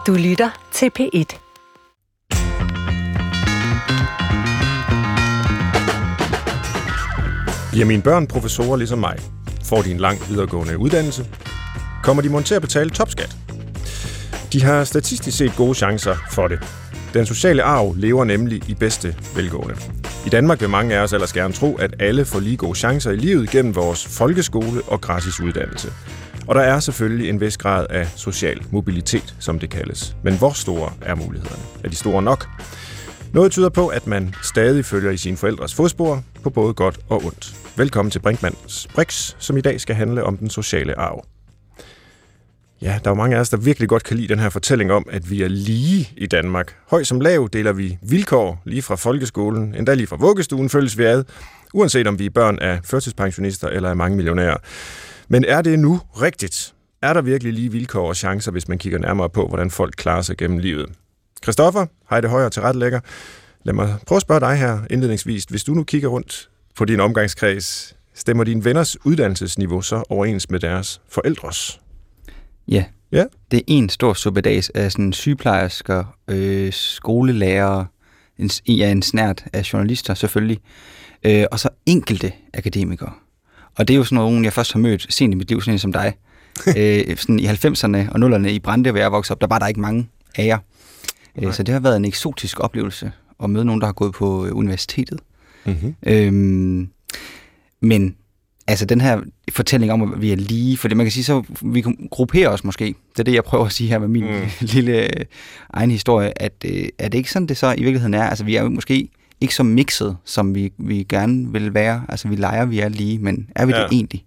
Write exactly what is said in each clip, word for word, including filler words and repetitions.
Du lytter til P et. Bliver mine børn professorer ligesom mig? Får de en lang videregående uddannelse? Kommer de mon til at betale topskat? De har statistisk set gode chancer for det. Den sociale arv lever nemlig i bedste velgående. I Danmark vil mange af os ellers gerne tro, at alle får lige gode chancer i livet gennem vores folkeskole og gratis uddannelse. Og der er selvfølgelig en vis grad af social mobilitet, som det kaldes. Men hvor store er mulighederne? Er de store nok? Noget tyder på, at man stadig følger i sine forældres fodspor på både godt og ondt. Velkommen til Brinkmanns Brix, som i dag skal handle om den sociale arv. Ja, der er jo mange af os, der virkelig godt kan lide den her fortælling om, at vi er lige i Danmark. Høj som lav deler vi vilkår lige fra folkeskolen, endda lige fra vuggestuen følges vi ad, uanset om vi er børn af førtidspensionister eller af mange millionærer. Men er det nu rigtigt? Er der virkelig lige vilkår og chancer, hvis man kigger nærmere på, hvordan folk klarer sig gennem livet? Christoffer, Heide Højer tilrettelægger. Lad mig prøve at spørge dig her indledningsvis. Hvis du nu kigger rundt på din omgangskreds, stemmer dine venners uddannelsesniveau så overens med deres forældres? Ja. Ja. Det er en stor suppedags af sådan sygeplejersker, øh, skolelærere, en, ja, en snært af journalister selvfølgelig, øh, og så enkelte akademikere. Og det er jo sådan nogen, jeg først har mødt sent i mit liv, sådan en som dig. øh, sådan i halvfemserne og nullerne i Brande, hvor jeg voksede op, der var der ikke mange af jer. Øh, så det har været en eksotisk oplevelse at møde nogen, der har gået på universitetet. Mm-hmm. Øhm, men altså den her fortælling om, at vi er lige, for det man kan sige, så vi kan gruppere os måske. Det er det, jeg prøver at sige her med min mm. lille øh, egen historie, at øh, er det ikke sådan, det så i virkeligheden er? Altså vi er jo måske ikke så mixet, som vi, vi gerne vil være. Altså vi leger, vi er lige, men er vi ja. det egentlig?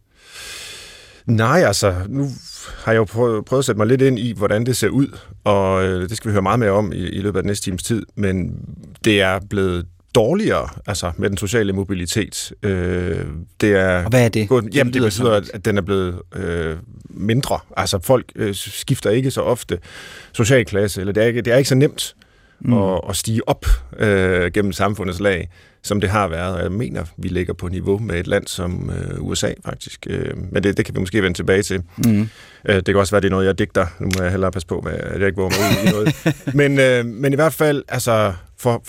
Nej, altså, nu har jeg jo prøvet, prøvet at sætte mig lidt ind i, hvordan det ser ud, og øh, det skal vi høre meget mere om i, i løbet af den næste times tid, men det er blevet dårligere, altså med den sociale mobilitet. Øh, det er og hvad er det? Gået, jamen, det betyder, at, at den er blevet øh, mindre. Altså, folk øh, skifter ikke så ofte social klasse, eller det er ikke, det er ikke så nemt mm. at, at stige op øh, gennem samfundets lag, som det har været. Og jeg mener, vi ligger på niveau med et land som øh, U S A, faktisk. Øh, men det, det kan vi måske vende tilbage til. Mm. Øh, det kan også være, det er noget, jeg digter. Nu må jeg hellere passe på, med, at jeg ikke våger mig ud i noget. Men, øh, men i hvert fald, altså, for...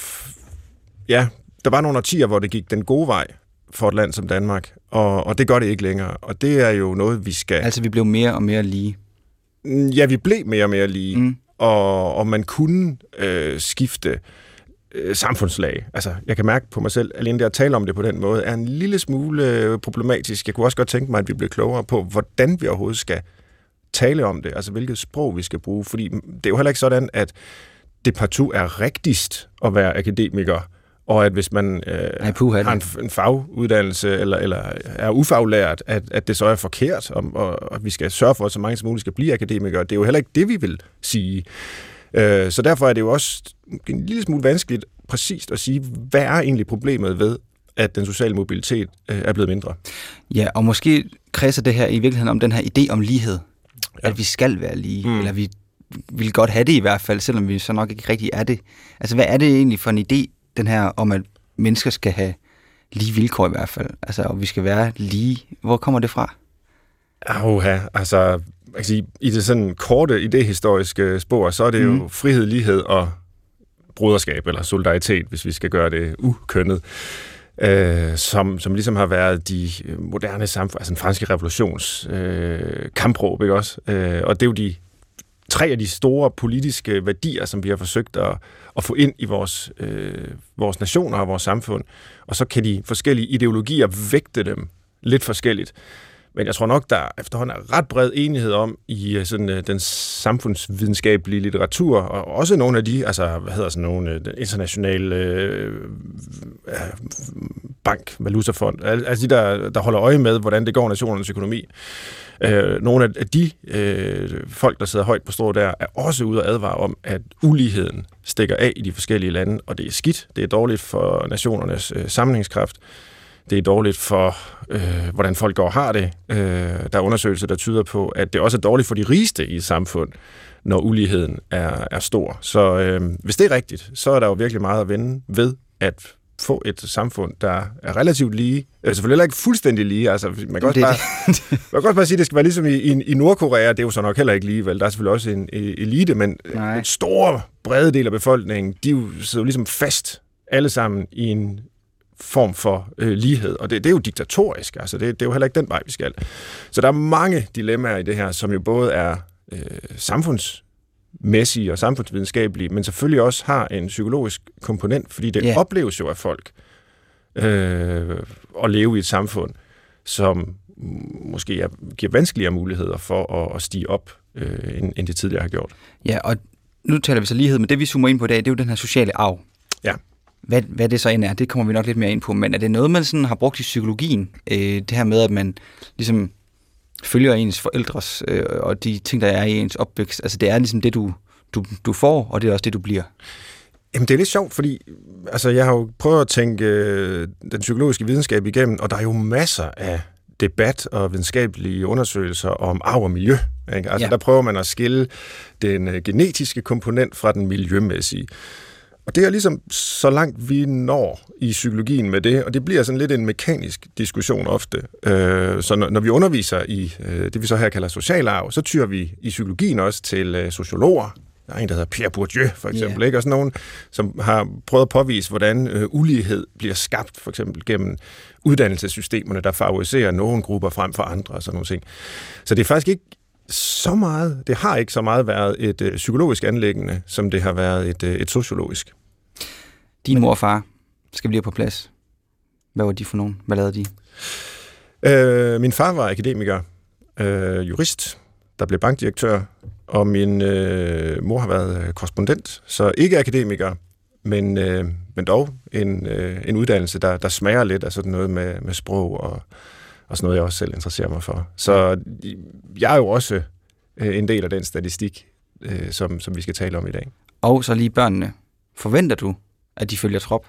Ja, der var nogle årtier, hvor det gik den gode vej for et land som Danmark, og, og det gør det ikke længere. Og det er jo noget, vi skal... Altså, vi blev mere og mere lige. Ja, vi blev mere og mere lige, mm. og, og man kunne øh, skifte øh, samfundslag. Altså, jeg kan mærke på mig selv, alene det at tale om det på den måde, er en lille smule øh, problematisk. Jeg kunne også godt tænke mig, at vi blev klogere på, hvordan vi overhovedet skal tale om det, altså hvilket sprog vi skal bruge, fordi det er jo heller ikke sådan, at det partout er rigtigst at være akademiker, og at hvis man øh, Ej, puha, har en, en faguddannelse eller, eller er ufaglært, at, at det så er forkert, og, og at vi skal sørge for, at så mange som muligt skal blive akademikere. Det er jo heller ikke det, vi vil sige. Øh, så derfor er det jo også en lille smule vanskeligt præcist at sige, hvad er egentlig problemet ved, at den sociale mobilitet øh, er blevet mindre. Ja, og måske kredser det her i virkeligheden om den her idé om lighed. Ja. At vi skal være lige, mm. eller vi vil godt have det i hvert fald, selvom vi så nok ikke rigtig er det. Altså, hvad er det egentlig for en idé, den her om, at mennesker skal have lige vilkår i hvert fald? Altså, og vi skal være lige. Hvor kommer det fra? Oha, altså, jeg kan sige, i det sådan korte idéhistoriske spor, så er det mm. jo frihed, lighed og broderskab, eller solidaritet, hvis vi skal gøre det ukønnet, øh, som, som ligesom har været de moderne samfund, altså den franske revolutions øh, kampråb, ikke også? Øh, og det er jo de tre af de store politiske værdier, som vi har forsøgt at, at få ind i vores, øh, vores nationer og vores samfund. Og så kan de forskellige ideologier vægte dem lidt forskelligt. Men jeg tror nok, der efterhånden er ret bred enighed om i sådan, den samfundsvidenskabelige litteratur, og også nogle af de, altså hvad hedder sådan nogle, den internationale øh, bank, valutafond, altså de, der, der holder øje med, hvordan det går nationernes økonomi. Øh, nogle af de øh, folk, der sidder højt på strå der, er også ude at advare om, at uligheden stikker af i de forskellige lande, og det er skidt, det er dårligt for nationernes øh, sammenhængskraft. Det er dårligt for, øh, hvordan folk går og har det. Øh, der er undersøgelser, der tyder på, at det også er dårligt for de rigeste i et samfund, når uligheden er, er stor. Så øh, hvis det er rigtigt, så er der jo virkelig meget at vende ved, at få et samfund, der er relativt lige. Øh, selvfølgelig heller ikke fuldstændig lige. Altså, man kan også bare, man kan også bare sige, at det skal være ligesom i, i, i Nordkorea. Det er jo så nok heller ikke lige, vel? Der er selvfølgelig også en elite, men Nej. en stor, brede del af befolkningen, de er jo så ligesom fast alle sammen i en form for øh, lighed, og det, det er jo diktatorisk, altså det, det er jo heller ikke den vej, vi skal. Så der er mange dilemmaer i det her, som jo både er øh, samfundsmæssige og samfundsvidenskabelige, men selvfølgelig også har en psykologisk komponent, fordi det yeah. opleves jo af folk øh, at leve i et samfund, som måske er, giver vanskeligere muligheder for at, at stige op, øh, end, end det tidligere har gjort. Ja, og nu taler vi så lighed, men det vi zoomer ind på i dag, det er jo den her sociale arv. Ja. Hvad, hvad det så end er, det kommer vi nok lidt mere ind på, men er det noget, man sådan har brugt i psykologien? Øh, det her med, at man ligesom følger ens forældres øh, og de ting, der er i ens opvækst. Altså det er ligesom det, du, du, du får, og det er også det, du bliver. Jamen det er lidt sjovt, fordi altså, jeg har jo prøvet at tænke øh, den psykologiske videnskab igennem, og der er jo masser af debat og videnskabelige undersøgelser om arv og miljø. Ikke? Altså ja. Der prøver man at skille den øh, genetiske komponent fra den miljømæssige. Og det er ligesom så langt vi når i psykologien med det, og det bliver sådan lidt en mekanisk diskussion ofte. Så når vi underviser i det, vi så her kalder socialarv, så tyrer vi i psykologien også til sociologer. Der er en, der hedder Pierre Bourdieu, for eksempel, yeah. ikke? Og sådan nogen, som har prøvet at påvise, hvordan ulighed bliver skabt, for eksempel gennem uddannelsessystemerne, der favoriserer nogle grupper frem for andre og sådan nogle ting. Så det er faktisk ikke så meget, det har ikke så meget været et øh, psykologisk anliggende, som det har været et, øh, et sociologisk. Din mor og far, skal vi lige på plads. Hvad var de for nogen? Hvad lavede de? Øh, min far var akademiker, øh, jurist, der blev bankdirektør, og min øh, mor har været korrespondent, så ikke akademiker, men, øh, men dog en, øh, en uddannelse, der, der smager lidt af sådan noget med, med sprog og og sådan noget, jeg også selv interesserer mig for. Så jeg er jo også øh, en del af den statistik, øh, som, som vi skal tale om i dag. Og så lige børnene. Forventer du, at de følger trop?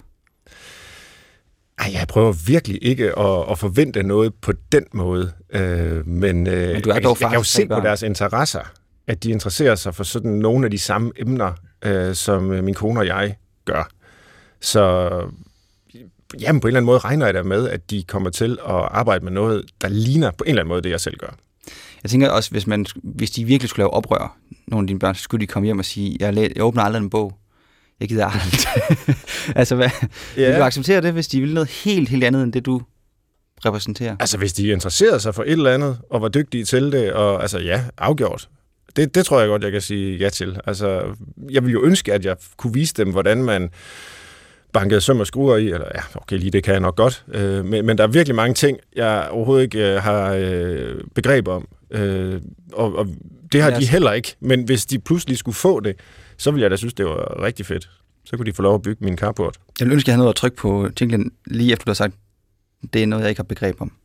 Ej, jeg prøver virkelig ikke at, at forvente noget på den måde. Øh, men øh, men du er jeg, dog jeg kan jo se på deres interesser, at de interesserer sig for sådan nogle af de samme emner, øh, som min kone og jeg gør. Så jamen, på en eller anden måde regner jeg da med, at de kommer til at arbejde med noget, der ligner på en eller anden måde det, jeg selv gør. Jeg tænker også, hvis, man, hvis de virkelig skulle lave oprør, nogle af dine børn, så skulle de komme hjem og sige, jeg, læ- jeg åbner aldrig en bog. Jeg gider aldrig. altså, hvad? Yeah. Vil du acceptere det, hvis de vil noget helt, helt andet, end det du repræsenterer? Altså, hvis de interesserede sig for et eller andet, og var dygtige til det, og altså, ja, afgjort. Det, det tror jeg godt, jeg kan sige ja til. Altså, jeg ville jo ønske, at jeg kunne vise dem, hvordan man bankede søm og skruer i, eller ja, okay, lige det kan jeg nok godt, øh, men, men der er virkelig mange ting, jeg overhovedet ikke øh, har øh, begreb om, øh, og, og det har de heller ikke, men hvis de pludselig skulle få det, så ville jeg da synes, det var rigtig fedt. Så kunne de få lov at bygge min carport. Jeg ville ønske, jeg havde noget at trykke på jinglen, lige efter du har sagt, det er noget, jeg ikke har begreb om.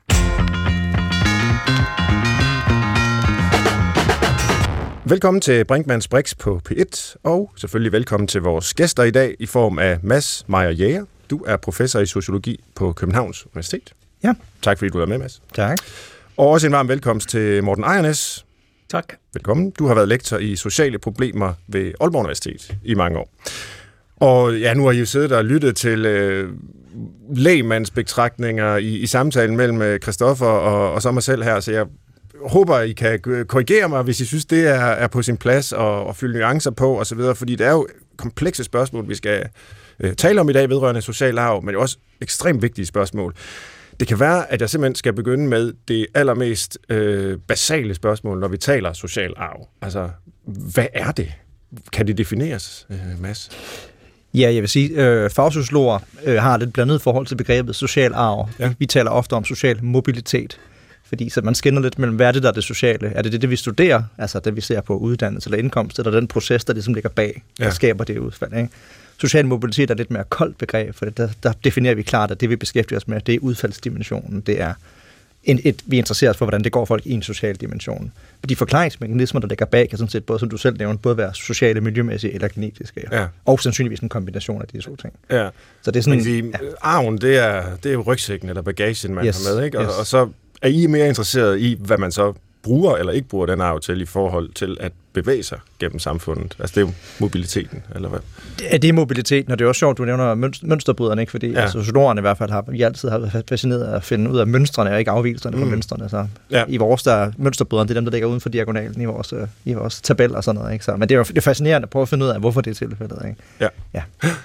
Velkommen til Brinkmanns Brix på P et, og selvfølgelig velkommen til vores gæster i dag i form af Mads Meyer Jæger. Du er professor i sociologi på Københavns Universitet. Ja. Tak fordi du er med, Mads. Tak. Og også en varm velkomst til Morten Ejernes. Tak. Velkommen. Du har været lektor i sociale problemer ved Aalborg Universitet i mange år. Og ja, nu har I jo siddet og lyttet til øh, lægmandsbetragtninger i, i samtalen mellem Christoffer og, og så mig selv her, så jeg håber, I kan korrigere mig, hvis I synes, det er, er på sin plads og, og fylde nuancer på osv., fordi det er jo komplekse spørgsmål, vi skal øh, tale om i dag vedrørende social arv, men jo også ekstremt vigtige spørgsmål. Det kan være, at jeg simpelthen skal begynde med det allermest øh, basale spørgsmål, når vi taler social arv. Altså, hvad er det? Kan det defineres, øh, Mads? Ja, jeg vil sige, øh, fagsociologer øh, har lidt blandet forhold til begrebet social arv. Ja. Vi taler ofte om social mobilitet. Fordi så man skelner lidt mellem, hvad er det, der er det sociale? Er det det, det vi studerer, altså det, vi ser på uddannelse eller indkomst, eller den proces, der ligesom ligger bag, der ja. skaber det udfald? Ikke? Social mobilitet er lidt mere koldt begreb, for der, der definerer vi klart, at det, vi beskæftiger os med, det er udfaldsdimensionen. Det er en, et, vi interesserer os for, hvordan det går folk i en social dimension. De forklaringsmekanismer, der ligger bag, kan sådan set både, som du selv nævnte, både være sociale, miljømæssige eller genetiske. Ja. Og sandsynligvis en kombination af de to ting. Ja. Så det er sådan, sige, ja. Arven, det er, det er jo rygsækken eller bagagen, man yes. har med, ikke? Og, yes. og så er I mere interesseret i, hvad man så bruger eller ikke bruger den arv til i forhold til at bevæge sig gennem samfundet? Altså, det er jo mobiliteten, eller hvad? Det er, det er mobiliteten, og det er også sjovt, du nævner mønsterbryderne, ikke? Fordi ja. altså, sociologerne i hvert fald har vi altid har været fascineret af at finde ud af mønstrene, og ikke afvigelserne mm. fra mønstrene. Så ja. I vores, der mønsterbryderne, det er dem, der ligger uden for diagonalen i vores, i vores tabel og sådan noget, ikke? Så, men det er jo det er fascinerende at prøve at finde ud af, hvorfor det er tilfældet, ikke? Ja. ja.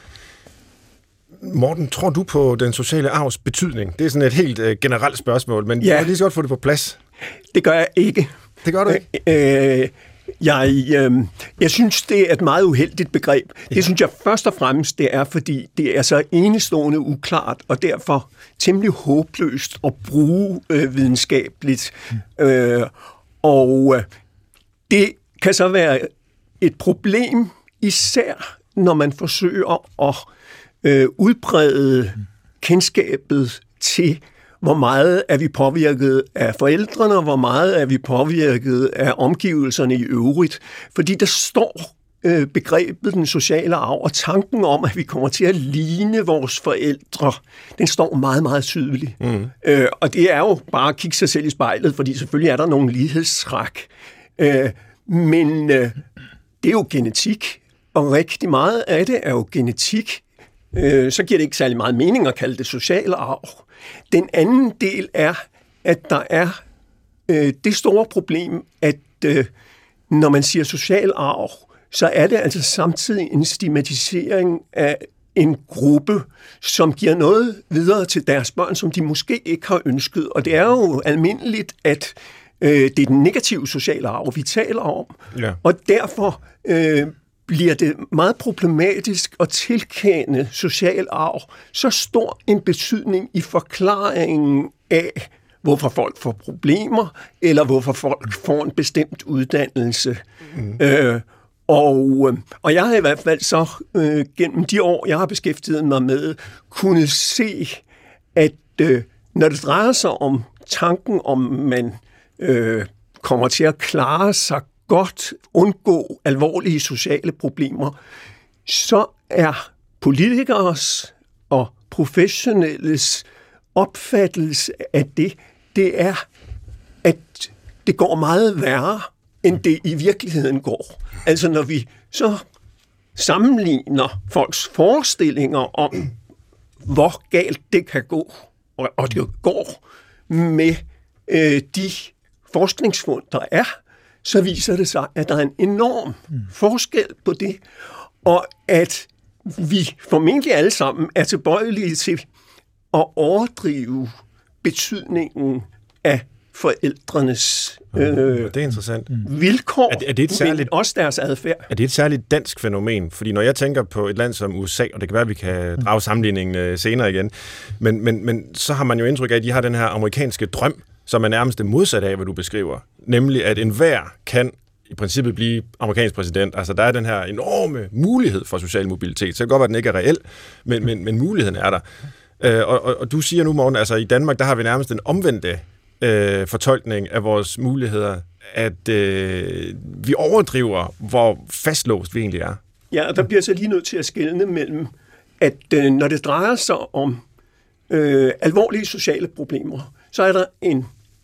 Morten, tror du på den sociale arvs betydning? Det er sådan et helt uh, generelt spørgsmål, men ja. jeg vil lige så godt få det på plads. Det gør jeg ikke. Det gør du ikke? Øh, jeg, øh, jeg synes, det er et meget uheldigt begreb. Ja. Det synes jeg først og fremmest, det er, fordi det er så enestående uklart, og derfor temmelig håbløst at bruge øh, videnskabeligt. Mm. Øh, og øh, det kan så være et problem, især når man forsøger at øh, udbrede kendskabet til, hvor meget er vi påvirket af forældrene, og hvor meget er vi påvirket af omgivelserne i øvrigt. Fordi der står øh, begrebet den sociale arv, og tanken om, at vi kommer til at ligne vores forældre, den står meget, meget tydeligt. Mm. Øh, og det er jo bare at kigge sig selv i spejlet, fordi selvfølgelig er der nogle lighedstræk. Øh, men øh, det er jo genetik, og rigtig meget af det er jo genetik. Øh, så giver det ikke særlig meget mening at kalde det social arv. Den anden del er, at der er øh, det store problem, at øh, når man siger social arv, så er det altså samtidig en stigmatisering af en gruppe, som giver noget videre til deres børn, som de måske ikke har ønsket. Og det er jo almindeligt, at øh, det er den negative sociale arv, vi taler om. Ja. Og derfor øh, bliver det meget problematisk at tilkende social arv så stor en betydning i forklaringen af, hvorfor folk får problemer, eller hvorfor folk får en bestemt uddannelse. Mm. Øh, og, og jeg har i hvert fald så øh, gennem de år, jeg har beskæftiget mig med, kunnet se, at øh, når det drejer sig om tanken, om man øh, kommer til at klare sig godt, undgå alvorlige sociale problemer, så er politikers og professionelles opfattelse af det, det er, at det går meget værre, end det i virkeligheden går. Altså når vi så sammenligner folks forestillinger om, hvor galt det kan gå, og det går med øh, de forskningsfund, der er, så viser det sig, at der er en enorm mm. forskel på det, og at vi formentlig alle sammen er tilbøjelige til at overdrive betydningen af forældrenes øh, det er interessant. vilkår, er det, er det et særligt, men også deres adfærd. Er det et særligt dansk fænomen? Fordi når jeg tænker på et land som U S A, og det kan være, at vi kan drage sammenligningen senere igen, men, men, men så har man jo indtryk af, at de har den her amerikanske drøm, som er nærmest det modsatte af, hvad du beskriver. Nemlig, at enhver kan i princippet blive amerikansk præsident. Altså, der er den her enorme mulighed for social mobilitet. Så det kan godt være, at den ikke er reel, men, men, men muligheden er der. Øh, og, og, og du siger nu, Morten, altså i Danmark, der har vi nærmest en omvendte øh, fortolkning af vores muligheder, at øh, vi overdriver, hvor fastlåst vi egentlig er. Ja, og der bliver så lige nødt til at skelne mellem, at øh, når det drejer sig om øh, alvorlige sociale problemer, så er der en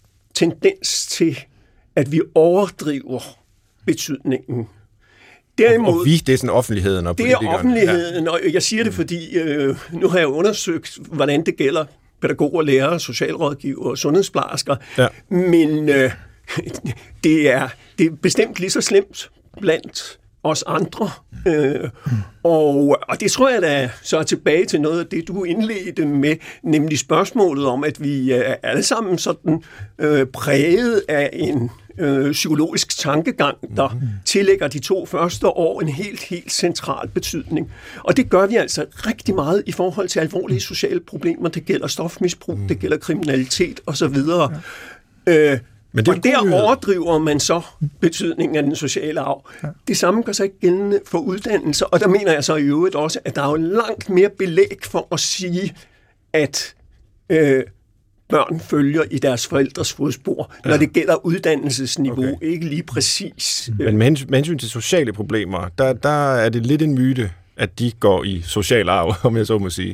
tendens til, at vi overdriver betydningen. Derimod, og, og vi, det er sådan offentligheden og politikerne. Det er offentligheden, ja. Og jeg siger det, fordi øh, nu har jeg undersøgt, hvordan det gælder pædagoger, lærere, socialrådgivere og sundhedsplejersker, ja. Men øh, det, er, det er bestemt lige så slemt blandt os andre. Øh, og, og det tror jeg da så er tilbage til noget af det, du indledte med, nemlig spørgsmålet om, at vi er alle sammen sådan øh, præget af en øh, psykologisk tankegang, der mm. tillægger de to første år en helt, helt central betydning. Og det gør vi altså rigtig meget i forhold til alvorlige sociale problemer. Det gælder stofmisbrug, mm. det gælder kriminalitet osv. Ja. Øh, Men og der overdriver man så betydningen af den sociale arv. Ja. Det samme gør sig ikke gældende for uddannelse, og der mener jeg så i øvrigt også, at der er jo langt mere belæg for at sige, at øh, børn følger i deres forældres fodspor, ja. Når det gælder uddannelsesniveau, okay. Ikke lige præcis. Men med hensyn til sociale problemer, der, der er det lidt en myte, at de går i social arv, om jeg så må sige.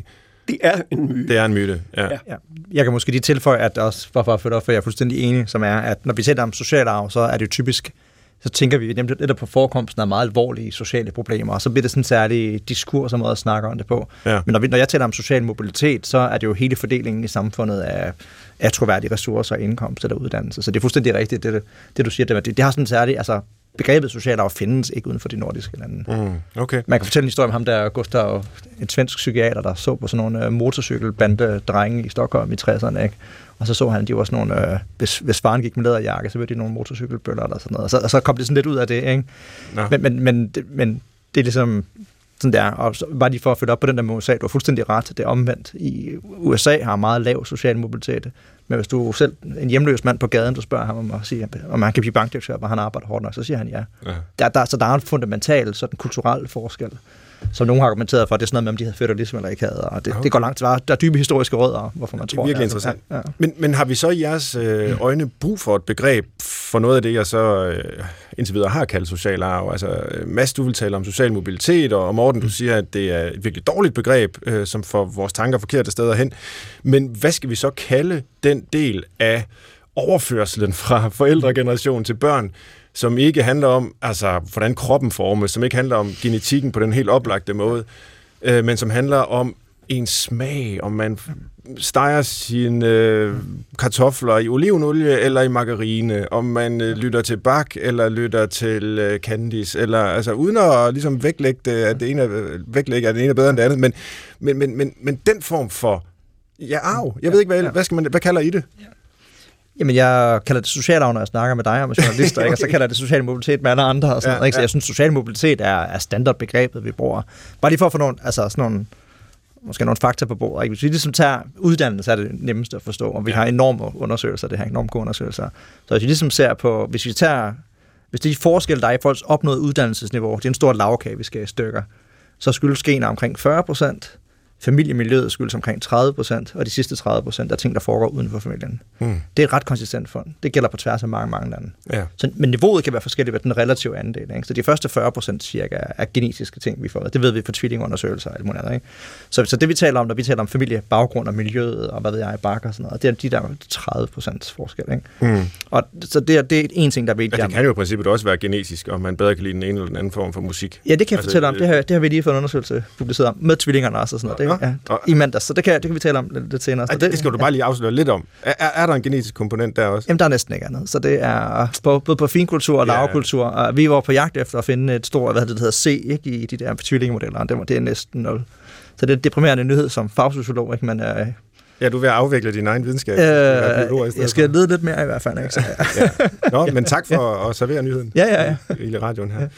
det er en myte. Det er en myte, ja. ja. Ja. Jeg kan måske lige tilføje, at også, for at følge op, for jeg er fuldstændig enig, som er, at når vi taler om social arv, så er det jo typisk, så tænker vi lidt der på forekomsten af meget alvorlige sociale problemer, og så bliver det sådan en særlig diskurs og måde at snakke om det på. Ja. Men når, vi, når jeg taler om social mobilitet, så er det jo hele fordelingen i samfundet af attråværdige ressourcer, indkomst eller uddannelse. Så det er fuldstændig rigtigt, det, det du siger. Det, det, det har sådan en særlig, altså begrebet social arv findes ikke uden for de nordiske lande. Mm, okay. Man kan fortælle en historie om ham der, Gustav, en svensk psykiater, der så på sådan nogle uh, motorcykelbande-drenge i Stockholm i tresserne, ikke? Og så så han, de var sådan nogle, øh, hvis, hvis faren gik med læderjakke, så var de nogle motorcykelbøller eller sådan noget. Og så, og så kom det sådan lidt ud af det, ikke? No. Men, men, men, det, men det er ligesom sådan der. Og så bare lige for at følge op på den der med U S A, du har fuldstændig ret, det er omvendt. I U S A har meget lav social mobilitet. Men hvis du selv en hjemløs mand på gaden, du spørger ham om at sige, om han kan blive bankdirektør, og han arbejder hårdt nok, så siger han ja. ja. Der, der, så der er en fundamental sådan kulturel forskel, som nogen har argumenteret for, at det er sådan noget med, om de havde føderalisme eller ikke havde, og det, okay. det går langt til. Der er dybe historiske rødder, hvorfor man det er tror. Virkelig det er interessant. Ja. Men, men har vi så i jeres øh, øjne brug for et begreb for noget af det, jeg så øh, indtil videre har kaldt social arv? Altså, Mads, du vil tale om social mobilitet, og Morten, du siger, at det er et virkelig dårligt begreb, øh, som får vores tanker forkerte steder hen. Men hvad skal vi så kalde den del af overførselen fra forældregeneration til børn, som ikke handler om, altså, hvordan kroppen formes, som ikke handler om genetikken på den helt oplagte måde, øh, men som handler om ens smag, om man steger sine øh, kartofler i olivenolie eller i margarine, om man øh, lytter til Bach eller lytter til øh, Candice, eller altså uden at ligesom vægtlægge det, at det ene er, vægtlægge, at det ene er bedre end det andet, men, men, men, men, men den form for ja, arv, jeg ved ikke, hvad, hvad, skal man, hvad kalder I det? Ja. Jamen, jeg kalder det social arv, når jeg snakker med dig om journalister, okay. Og så kalder jeg det social mobilitet med alle andre og sådan ja, noget, ikke? Så ja. Jeg synes, social mobilitet er, er standardbegrebet, vi bruger. Bare lige for at få nogle, altså sådan nogle, måske nogle fakta på bordet, ikke? Hvis vi ligesom tager uddannelse, er det nemmeste at forstå, og vi ja. har enorme undersøgelser, det her enormt gode undersøgelser. Så hvis vi ligesom ser på, hvis vi tager, hvis det er forskel, der er i folks opnået uddannelsesniveau, det er en stor lavkage, vi skal i stykker, så skyldes gener omkring fyrre procent, familiemiljøet skyldes omkring tredive procent, og de sidste tredive procent er ting, der foregår uden for familien. Mm. Det er et ret konsistent fund. Det gælder på tværs af mange, mange lande. Ja. Så, men niveauet kan være forskelligt ved den relative andel. Ikke? Så de første fyrre procent cirka er genetiske ting, vi får. Det ved vi fra tvillingundersøgelser og alt muligt andet. Ikke? Så, så det vi taler om, når vi taler om familie, baggrund og miljøet, og hvad ved jeg, bakker og sådan noget, det er de der tredive procent forskel. Ikke? Mm. Og så det er, det er en ting, der er vigtigt. Ja, det kan jo i princippet også være genetisk, og man bedre kan lide den ene eller den anden form for musik. Ja, det kan jeg altså, fortælle om. Det har, det har vi lige fået en undersøgelse publiceret om, med tvillingerne også og sådan noget. Det, ja. I mandags, så det kan, det kan vi tale om lidt, lidt senere. Så Ej, det, det skal du bare lige afsløre lidt om. Er, er der en genetisk komponent der også? Jamen, der er næsten ikke andet. Så det er både på, på finkultur og ja. lavkultur. Og vi var på jagt efter at finde et stort, hvad det hedder, C, ikke, i de der tvillingemodeller. Det, var, det er næsten nul. Så det er en deprimerende nyhed som fagsociolog, ikke? Man er, ja, du er ved at afvikle din egen videnskab. Øh, jeg skal lede lidt mere i hvert fald. Ikke? Så, ja. Nå, men tak for at servere nyheden. Ja, ja, ja. I radioen her.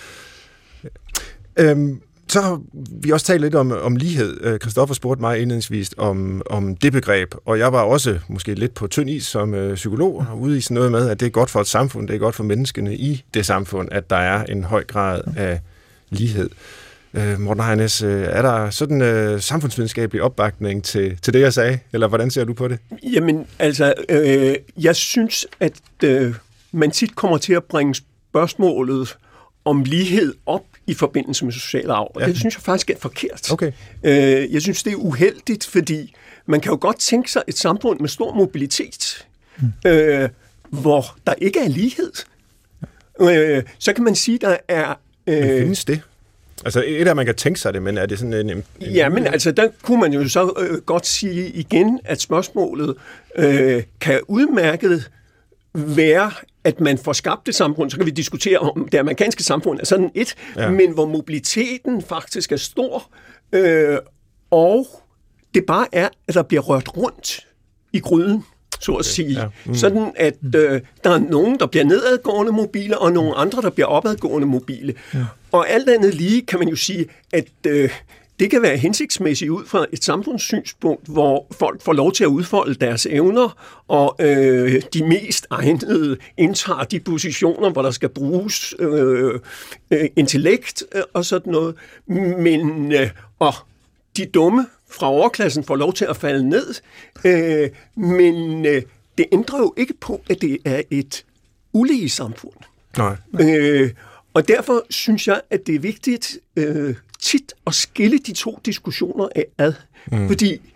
Ja. Øhm, Så har vi også talt lidt om, om lighed. Christoffer spurgte mig indledningsvis om, om det begreb, og jeg var også måske lidt på tynd is som øh, psykolog, og ude i sådan noget med, at det er godt for et samfund, det er godt for menneskene i det samfund, at der er en høj grad af lighed. Øh, Morten Heines, øh, er der sådan øh, samfundsvidenskabelig opbakning til, til det, jeg sagde, eller hvordan ser du på det? Jamen, altså, øh, jeg synes, at øh, man tit kommer til at bringe spørgsmålet om lighed op i forbindelse med social arv, og ja. det synes jeg faktisk er forkert. Okay. Øh, jeg synes, det er uheldigt, fordi man kan jo godt tænke sig et samfund med stor mobilitet, mm. øh, hvor der ikke er lighed. Øh, så kan man sige, der er... Øh, men findes det? Altså, et af man kan tænke sig det, men er det sådan en... en ja, men altså, der kunne man jo så øh, godt sige igen, at spørgsmålet øh, kan udmærket være, at man får skabt et samfund, så kan vi diskutere om det amerikanske samfund er sådan et, ja. men hvor mobiliteten faktisk er stor, øh, og det bare er, at der bliver rørt rundt i gryden, så at sige. Ja. Mm. Sådan, at øh, der er nogen, der bliver nedadgående mobile, og nogle andre, der bliver opadgående mobile. Ja. Og alt andet lige kan man jo sige, at øh, det kan være hensigtsmæssigt ud fra et samfundssynspunkt, hvor folk får lov til at udfolde deres evner, og øh, de mest egnede indtager de positioner, hvor der skal bruges øh, øh, intellekt øh, og sådan noget. Men øh, og de dumme fra overklassen får lov til at falde ned. Øh, men øh, det ændrer jo ikke på, at det er et ulige samfund. Nej. Øh, og derfor synes jeg, at det er vigtigt øh, tit at skille de to diskussioner ad. Mm. Fordi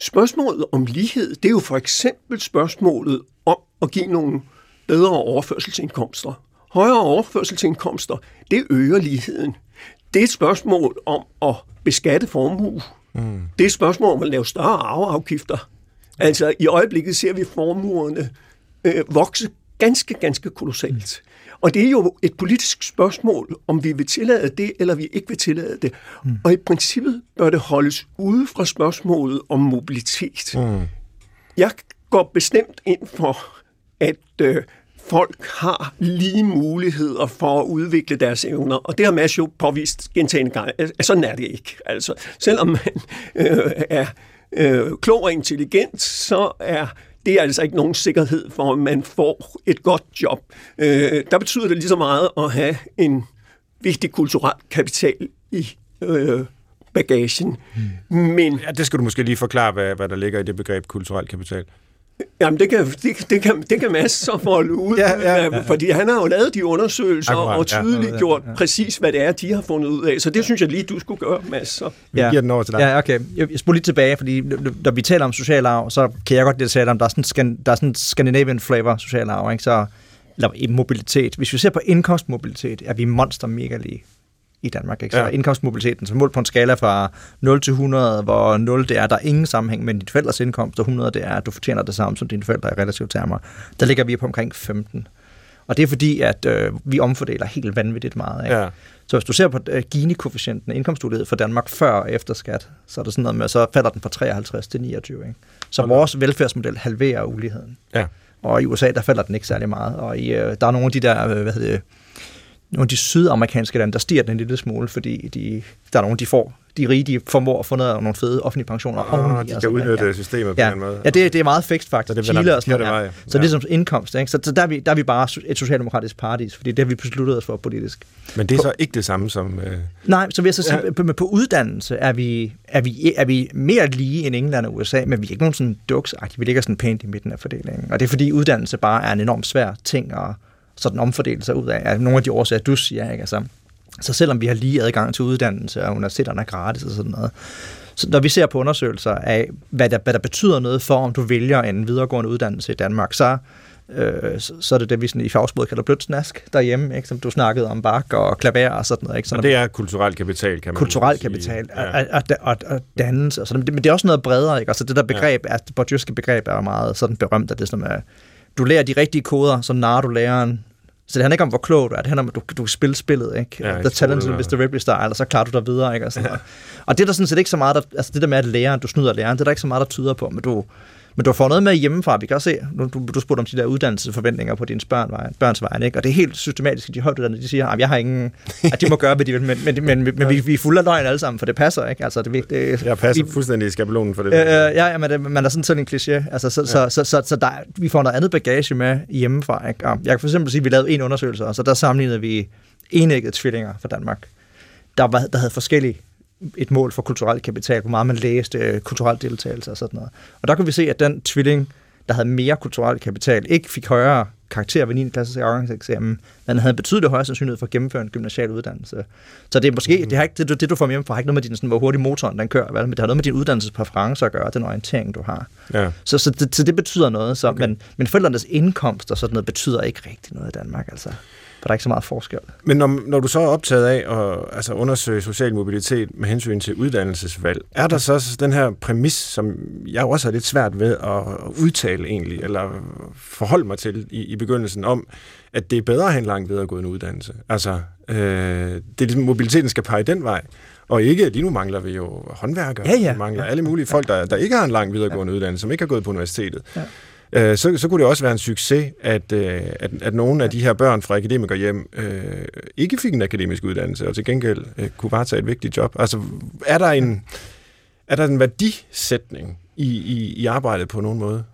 Spørgsmålet om lighed, det er jo for eksempel spørgsmålet om at give nogle bedre overførselsindkomster. Højere overførselsindkomster, det øger ligheden. Det er et spørgsmål om at beskatte formue. Mm. Det er et spørgsmål om at lave større arveafgifter. Altså i øjeblikket ser vi formuerne øh, vokse ganske, ganske kolossalt. Og det er jo et politisk spørgsmål, om vi vil tillade det, eller vi ikke vil tillade det. Mm. Og i princippet bør det holdes ude fra spørgsmålet om mobilitet. Mm. Jeg går bestemt ind for, at øh, folk har lige muligheder for at udvikle deres evner, og det har Mads jo påvist gentagne gange. Sådan er det ikke. Altså, selvom man øh, er øh, klog og intelligent, så er det er altså ikke nogen sikkerhed for, at man får et godt job. Øh, der betyder det lige så meget at have en vigtig kulturel kapital i øh, bagagen. Hmm. Men, ja, det skal du måske lige forklare, hvad, hvad der ligger i det begreb kulturel kapital. Jamen, det kan, det, det kan, det kan Mads så folde ud, ja, ja, ja. Fordi han har jo lavet de undersøgelser Akkurat, og tydeligt ja, gjort ja, ja. præcis, hvad det er, de har fundet ud af. Så det synes jeg lige, du skulle gøre, Mads. Så. Vi ja. giver den over til dig. Ja, okay. Jeg spoler lige tilbage, fordi når vi taler om social arv, så kan jeg godt lide at tale om, der er sådan, der er sådan en Scandinavian flavor social arv, ikke? Så, eller mobilitet. Hvis vi ser på indkomstmobilitet, er vi monster mega lige i Danmark. Ikke? Så ja. Indkomstmobiliteten, så målt på en skala fra nul til hundrede, hvor nul det er, der er ingen sammenhæng mellem dit forældres indkomst, og hundrede det er, at du fortjener det samme som dine forældre i relative termer. Der ligger vi på omkring femten. Og det er fordi, at øh, vi omfordeler helt vanvittigt meget. Ikke? Ja. Så hvis du ser på øh, Gini-koefficienten, indkomstulighed for Danmark før og efter skat, så er det sådan noget med, så falder den fra treoghalvtreds til niogtyve. Ikke? Så okay. Vores velfærdsmodel halverer uligheden. Ja. Og i U S A, der falder den ikke særlig meget. Og i, øh, der er nogle af de der, øh, hvad hedder det, nogle af de sydamerikanske lande, der stiger den en lille smule, fordi de, der er nogle, de får, de rige, de formår at få noget, nogle fede offentlige pensioner. Oh, oveni, de kan udnytte ja. systemet på ja. den måde. Ja, det, det er meget fikst faktisk. Så det Chile og sådan noget. Ja. Ja. Så det er ligesom indkomst. Ikke? Så, så der, er vi, der er vi bare et socialdemokratisk paradis, fordi det har vi besluttet os for politisk. Men det er på, så ikke det samme som... Øh... Nej, så vil jeg så sige, ja. på, på uddannelse er vi, er, vi, er vi mere lige end England og U S A, men vi er ikke nogen sådan duksagtige. Vi ligger sådan pænt i midten af fordelingen. Og det er fordi uddannelse bare er en enormt svær ting at sådan omfordele sig ud af. Nogle af de årsager, du siger, ikke? Altså, så selvom vi har lige adgang til uddannelse, og universiteterne er gratis og sådan noget, så når vi ser på undersøgelser af, hvad der, hvad der betyder noget for, om du vælger en videregående uddannelse i Danmark, så, øh, så, så er det det, vi sådan i fagsproget kalder blødt snask derhjemme, ikke? Som du snakkede om bak og klaver og sådan noget. Ikke? Så og det er kulturel kapital, kan man kulturel kapital ja. og, og, og dannelse og sådan. Men det er også noget bredere, ikke? Altså det der begreb, ja. det bourdieuske begreb er meget sådan berømt, at det er sådan, at du lærer de rigtige koder, så narer du læreren. Så det handler ikke om, hvor klog du er. Det handler om, at du, du kan spille spillet, ikke? Ja, The Talent of mister Ripley-style, og så klarer du dig videre, ikke? Og, sådan og det er der sådan set ikke så meget, der, altså det der med, at læreren, du snyder læreren, det er der ikke så meget, der tyder på, men du, men du får noget med hjemmefra. Vi kan også se, nu, du, du spurgte om de der uddannelsesforventninger på dine børn, børns vejen, ikke? Og det er helt systematisk, at de højtuddannede, de siger, at jeg har ingen, at de må gøre, hvad de vil, men, men, men, men, men vi, vi er fulde af løgn alle sammen, for det passer, ikke? Altså, det, det, jeg passer vi, fuldstændig i skabelonen for det. Øh, ja, ja, men det, man er sådan sådan en kliché. Altså, så, ja. så, så, så, så der, vi får noget andet bagage med hjemmefra, ikke? Og jeg kan for eksempel sige, at vi lavede en undersøgelse, og så der sammenlignede vi enæggede tvillinger fra Danmark, der, var, der havde forskellige et mål for kulturel kapital, hvor meget man læste, kulturel deltagelse og sådan noget. Og der kunne vi se, at den tvilling, der havde mere kulturel kapital, ikke fik højere karakter ved niende klasses afgangseksamen, men havde betydeligt højere sandsynlighed for at gennemføre en gymnasial uddannelse. Så det er måske, mm. det, har ikke, det, det du får hjemmefra, har ikke noget med din, sådan, hvor hurtigt motoren den kører, vel? Men det har noget med din uddannelsespræference at gøre, den orientering, du har. Ja. Så, så, det, så det betyder noget, så, okay. men, men forældrenes indkomst og sådan noget betyder ikke rigtig noget i Danmark, altså. For der er ikke så meget forskel. Men når, når du så er optaget af at altså undersøge social mobilitet med hensyn til uddannelsesvalg, er der så den her præmis, som jeg også har lidt svært ved at udtale egentlig, eller forholde mig til i, i begyndelsen, om, at det er bedre at have en lang videregående uddannelse? Altså, øh, det, mobiliteten skal pege den vej, og ikke, lige nu mangler vi jo håndværkere, ja, ja. vi mangler alle mulige folk, der, der ikke har en lang videregående ja. uddannelse, som ikke har gået på universitetet. Ja. Så, så kunne det også være en succes, at, at, at nogle af de her børn fra akademikerhjem øh, ikke fik en akademisk uddannelse, og til gengæld øh, kunne bare tage et vigtigt job. Altså, er der en, er der en værdisætning i, i, i arbejdet på nogen måde?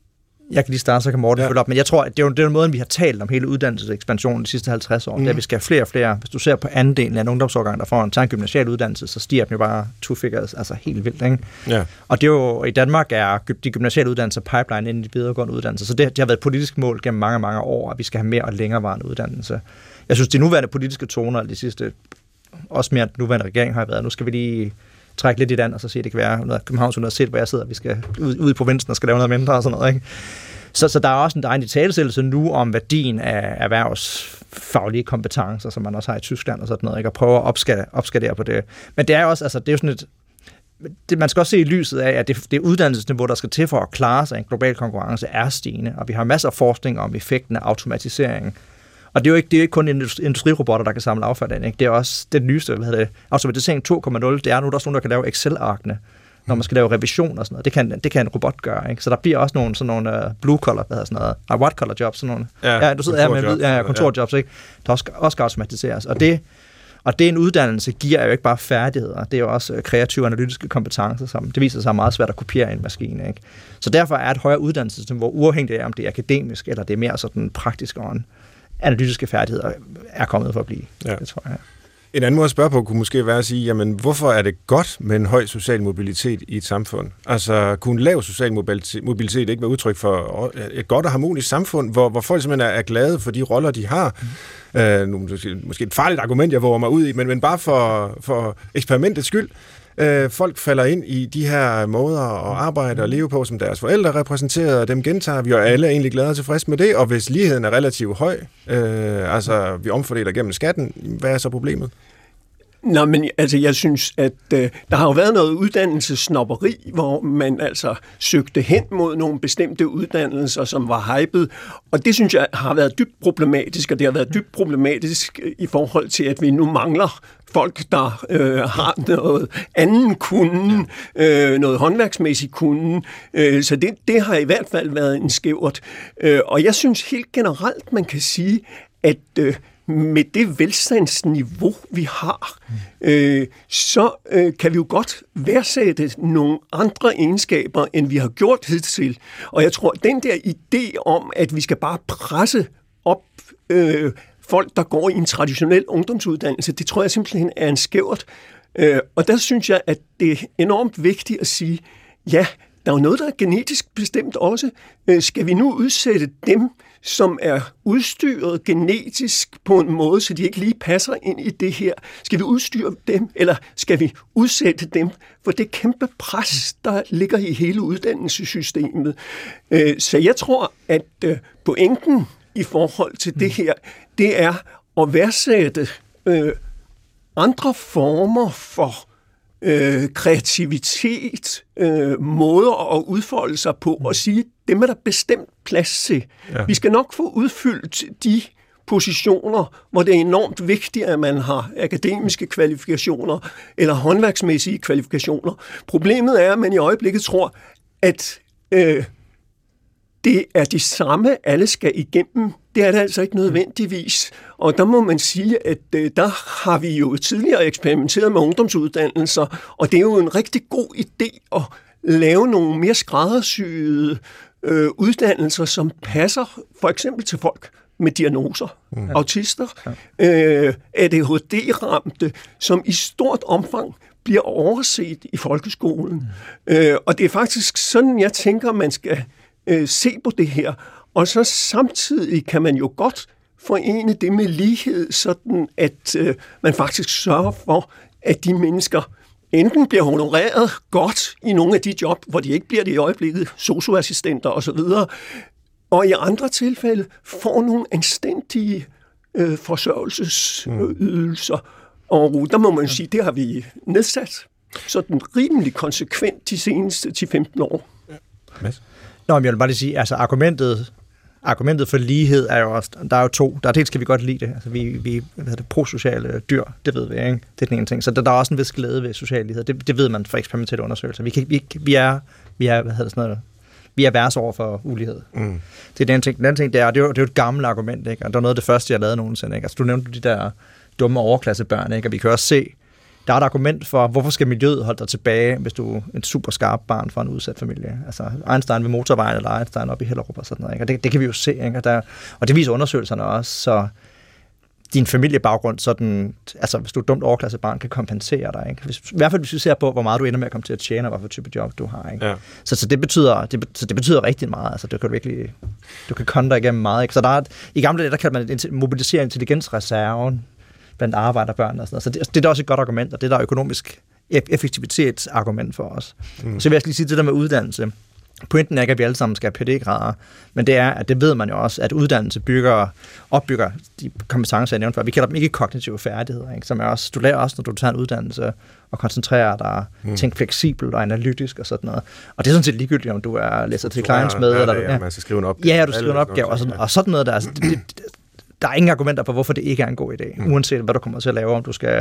Jeg kan lige starte, så kan Morten ja. følge op, men jeg tror, at det er jo, det er jo måden, vi har talt om hele uddannelsesekspansionen de sidste halvtreds år, mm. det er, at vi skal have flere og flere. Hvis du ser på andelen af en ungdomsårgang, der får en, en gymnasial uddannelse, så stiger den jo bare two figures, altså helt vildt, ikke? Ja. Og det er jo, i Danmark er de gymnasiale uddannelser pipeline inden de videregående uddannelser, så det, det har været et politisk mål gennem mange, mange år, at vi skal have mere og længerevarende uddannelse. Jeg synes, de nuværende politiske toner, de sidste, også mere den nuværende regering har været, nu skal vi lige trække lidt i den, og så sige, at det kan være noget af Københavns Universitet, hvor jeg sidder, vi skal ud, ud i provinsen og skal lave noget mindre og sådan noget, ikke? Så, så der er også en, der er en italesættelse nu om værdien af erhvervsfaglige kompetencer, som man også har i Tyskland og sådan noget, ikke? Og prøve at opskadere, opskadere på det. Men det er jo også, altså det er jo sådan et, det, man skal også se i lyset af, at det, det uddannelsesniveau, der skal til for at klare sig i en global konkurrence, er stigende, og vi har masser af forskning om effekten af automatisering. Og det er jo ikke, det er jo ikke kun industrirobotter, der kan samle affald ind, ikke? Det er også det nyeste, hvad hedder det, automatisering to punkt nul, det er nu, der er også nogen, der kan lave Excel-arkene, når man skal lave revision og sådan noget. Det kan, det kan en robot gøre, ikke? Så der bliver også nogle sådan nogle uh, blue collar, hvad hedder sådan noget, uh, white collar jobs, sådan nogle. Ja, ja du sidder her med ja, kontorjobs, ikke? Der også, også skal automatiseres. Og det, og det en uddannelse giver jo ikke bare færdigheder, det er jo også kreative analytiske kompetencer, som det viser sig meget svært at kopiere i en maskine, ikke? Så derfor er et højere uddannelsesniveau, uafhængigt af om det er akademisk, eller det er mere sådan praktisk og analytiske færdigheder, er kommet for at blive. Ja. Det tror jeg. En anden måde at spørge på kunne måske være at sige, jamen hvorfor er det godt med en høj social mobilitet i et samfund? Altså kunne en lav social mobilitet ikke være udtryk for et godt og harmonisk samfund, hvor, hvor folk simpelthen er glade for de roller, de har? Mm. Øh, måske et farligt argument, jeg våger mig ud i, men, men bare for, for eksperimentets skyld. Øh, folk falder ind i de her måder at arbejde og leve på, som deres forældre repræsenterer, og dem gentager vi, og alle er egentlig glade og tilfredse med det, og hvis ligheden er relativt høj, øh, altså vi omfordeler gennem skatten, hvad er så problemet? Nå, men altså, jeg synes, at øh, der har jo været noget uddannelsessnobberi, hvor man altså søgte hen mod nogle bestemte uddannelser, som var hyped, og det synes jeg har været dybt problematisk, og det har været dybt problematisk i forhold til, at vi nu mangler folk, der øh, har noget anden kunden, øh, noget håndværksmæssigt kunden, øh, så det, det har i hvert fald været en skævert. Øh, og jeg synes helt generelt, man kan sige, at øh, med det velstandsniveau, vi har, øh, så øh, kan vi jo godt værdsætte nogle andre egenskaber, end vi har gjort hidtil. Og jeg tror, den der idé om, at vi skal bare presse op øh, folk, der går i en traditionel ungdomsuddannelse, det tror jeg simpelthen er en skævert. Øh, og der synes jeg, at det er enormt vigtigt at sige, ja, der er jo noget, der er genetisk bestemt også. Øh, skal vi nu udsætte dem, som er udstyret genetisk på en måde, så de ikke lige passer ind i det her? Skal vi udstyre dem, eller skal vi udsætte dem for det kæmpe pres, der ligger i hele uddannelsessystemet? Så jeg tror, at pointen i forhold til det her, det er at værdsætte andre former for Øh, kreativitet, øh, måder at udfolde sig på, og sige, dem er der bestemt plads til. Ja. Vi skal nok få udfyldt de positioner, hvor det er enormt vigtigt, at man har akademiske kvalifikationer eller håndværksmæssige kvalifikationer. Problemet er, at man i øjeblikket tror, at øh, det er de samme, alle skal igennem. Det er det altså ikke nødvendigvis. Og der må man sige, at øh, der har vi jo tidligere eksperimenteret med ungdomsuddannelser, og det er jo en rigtig god idé at lave nogle mere skræddersyede øh, uddannelser, som passer for eksempel til folk med diagnoser, mm. autister, øh, A D H D-ramte, som i stort omfang bliver overset i folkeskolen. Mm. Øh, og det er faktisk sådan, jeg tænker, man skal øh, se på det her. Og så samtidig kan man jo godt forene det med lighed, sådan at øh, man faktisk sørger for, at de mennesker enten bliver honoreret godt i nogle af de job, hvor de ikke bliver det i øjeblikket, sosu-assistenter osv., og i andre tilfælde får nogle anstændige øh, forsørgelsesydelser. Mm. Og der må man sige, det har vi nedsat sådan rimelig konsekvent de seneste ti til femten år. Ja. Nå, men jeg vil bare lige sige, altså argumentet, argumentet for lighed er jo også, der er jo to. Der er dels kan vi godt lide det. Altså vi, vi hvad hedder det, prosociale dyr, det ved vi, ikke? Det er den ene ting. Så der, der er også en vis glæde ved social lighed. Det, det ved man fra eksperimentelle undersøgelser. Vi, kan, vi, vi er, vi er, hvad hedder det, sådan noget, vi er værre over for ulighed. Mm. Det er den anden ting. Den anden ting, det er, det er, jo, det er jo et gammelt argument, ikke? Og det var noget af det første, jeg lavede nogensinde, ikke? Altså du nævnte de der dumme overklassebørn, ikke? Og vi kan også se, der er et argument for, hvorfor skal miljøet holde dig tilbage, hvis du er en super skarp barn fra en udsat familie. Altså Einstein ved motorvejen, eller Einstein op i Hellerup og sådan noget. Ikke? Og det, det kan vi jo se, ikke? Og, der, og det viser undersøgelserne også, så din familiebaggrund, sådan, altså hvis du er et dumt overklassebarn, kan kompensere dig. Ikke? Hvis, I hvert fald hvis vi ser på, hvor meget du ender med at komme til at tjene, og hvad for type job du har. Ikke? Ja. Så, så, det betyder, det, så det betyder rigtig meget. Altså, du kan virkelig, du kan kontre igennem meget. Ikke? Så der er, i gamle dage, der kan man mobilisere intelligensreserven blandt arbejderbørn og sådan noget. Så det, det er da også et godt argument, og det er der økonomisk effektivitetsargument for os. Mm. Så vil jeg lige sige det der med uddannelse. Pointen er ikke, at vi alle sammen skal have P H D-grader, men det er, at det ved man jo også, at uddannelse bygger, opbygger de kompetencer, jeg nævnte før. Vi kalder dem ikke kognitive færdigheder, ikke? Som er også, du lærer også, når du tager en uddannelse og koncentrerer dig, mm. tænker fleksibelt og analytisk og sådan noget. Og det er sådan set ligegyldigt, om du er læser til clients med, eller du, ja, man skal skrive en opgave. Ja, du skriver en opgave, og sådan, og sådan noget der. Altså, det, det, der er ingen argumenter for, hvorfor det ikke er en god idé, mm. uanset hvad du kommer til at lave, om du skal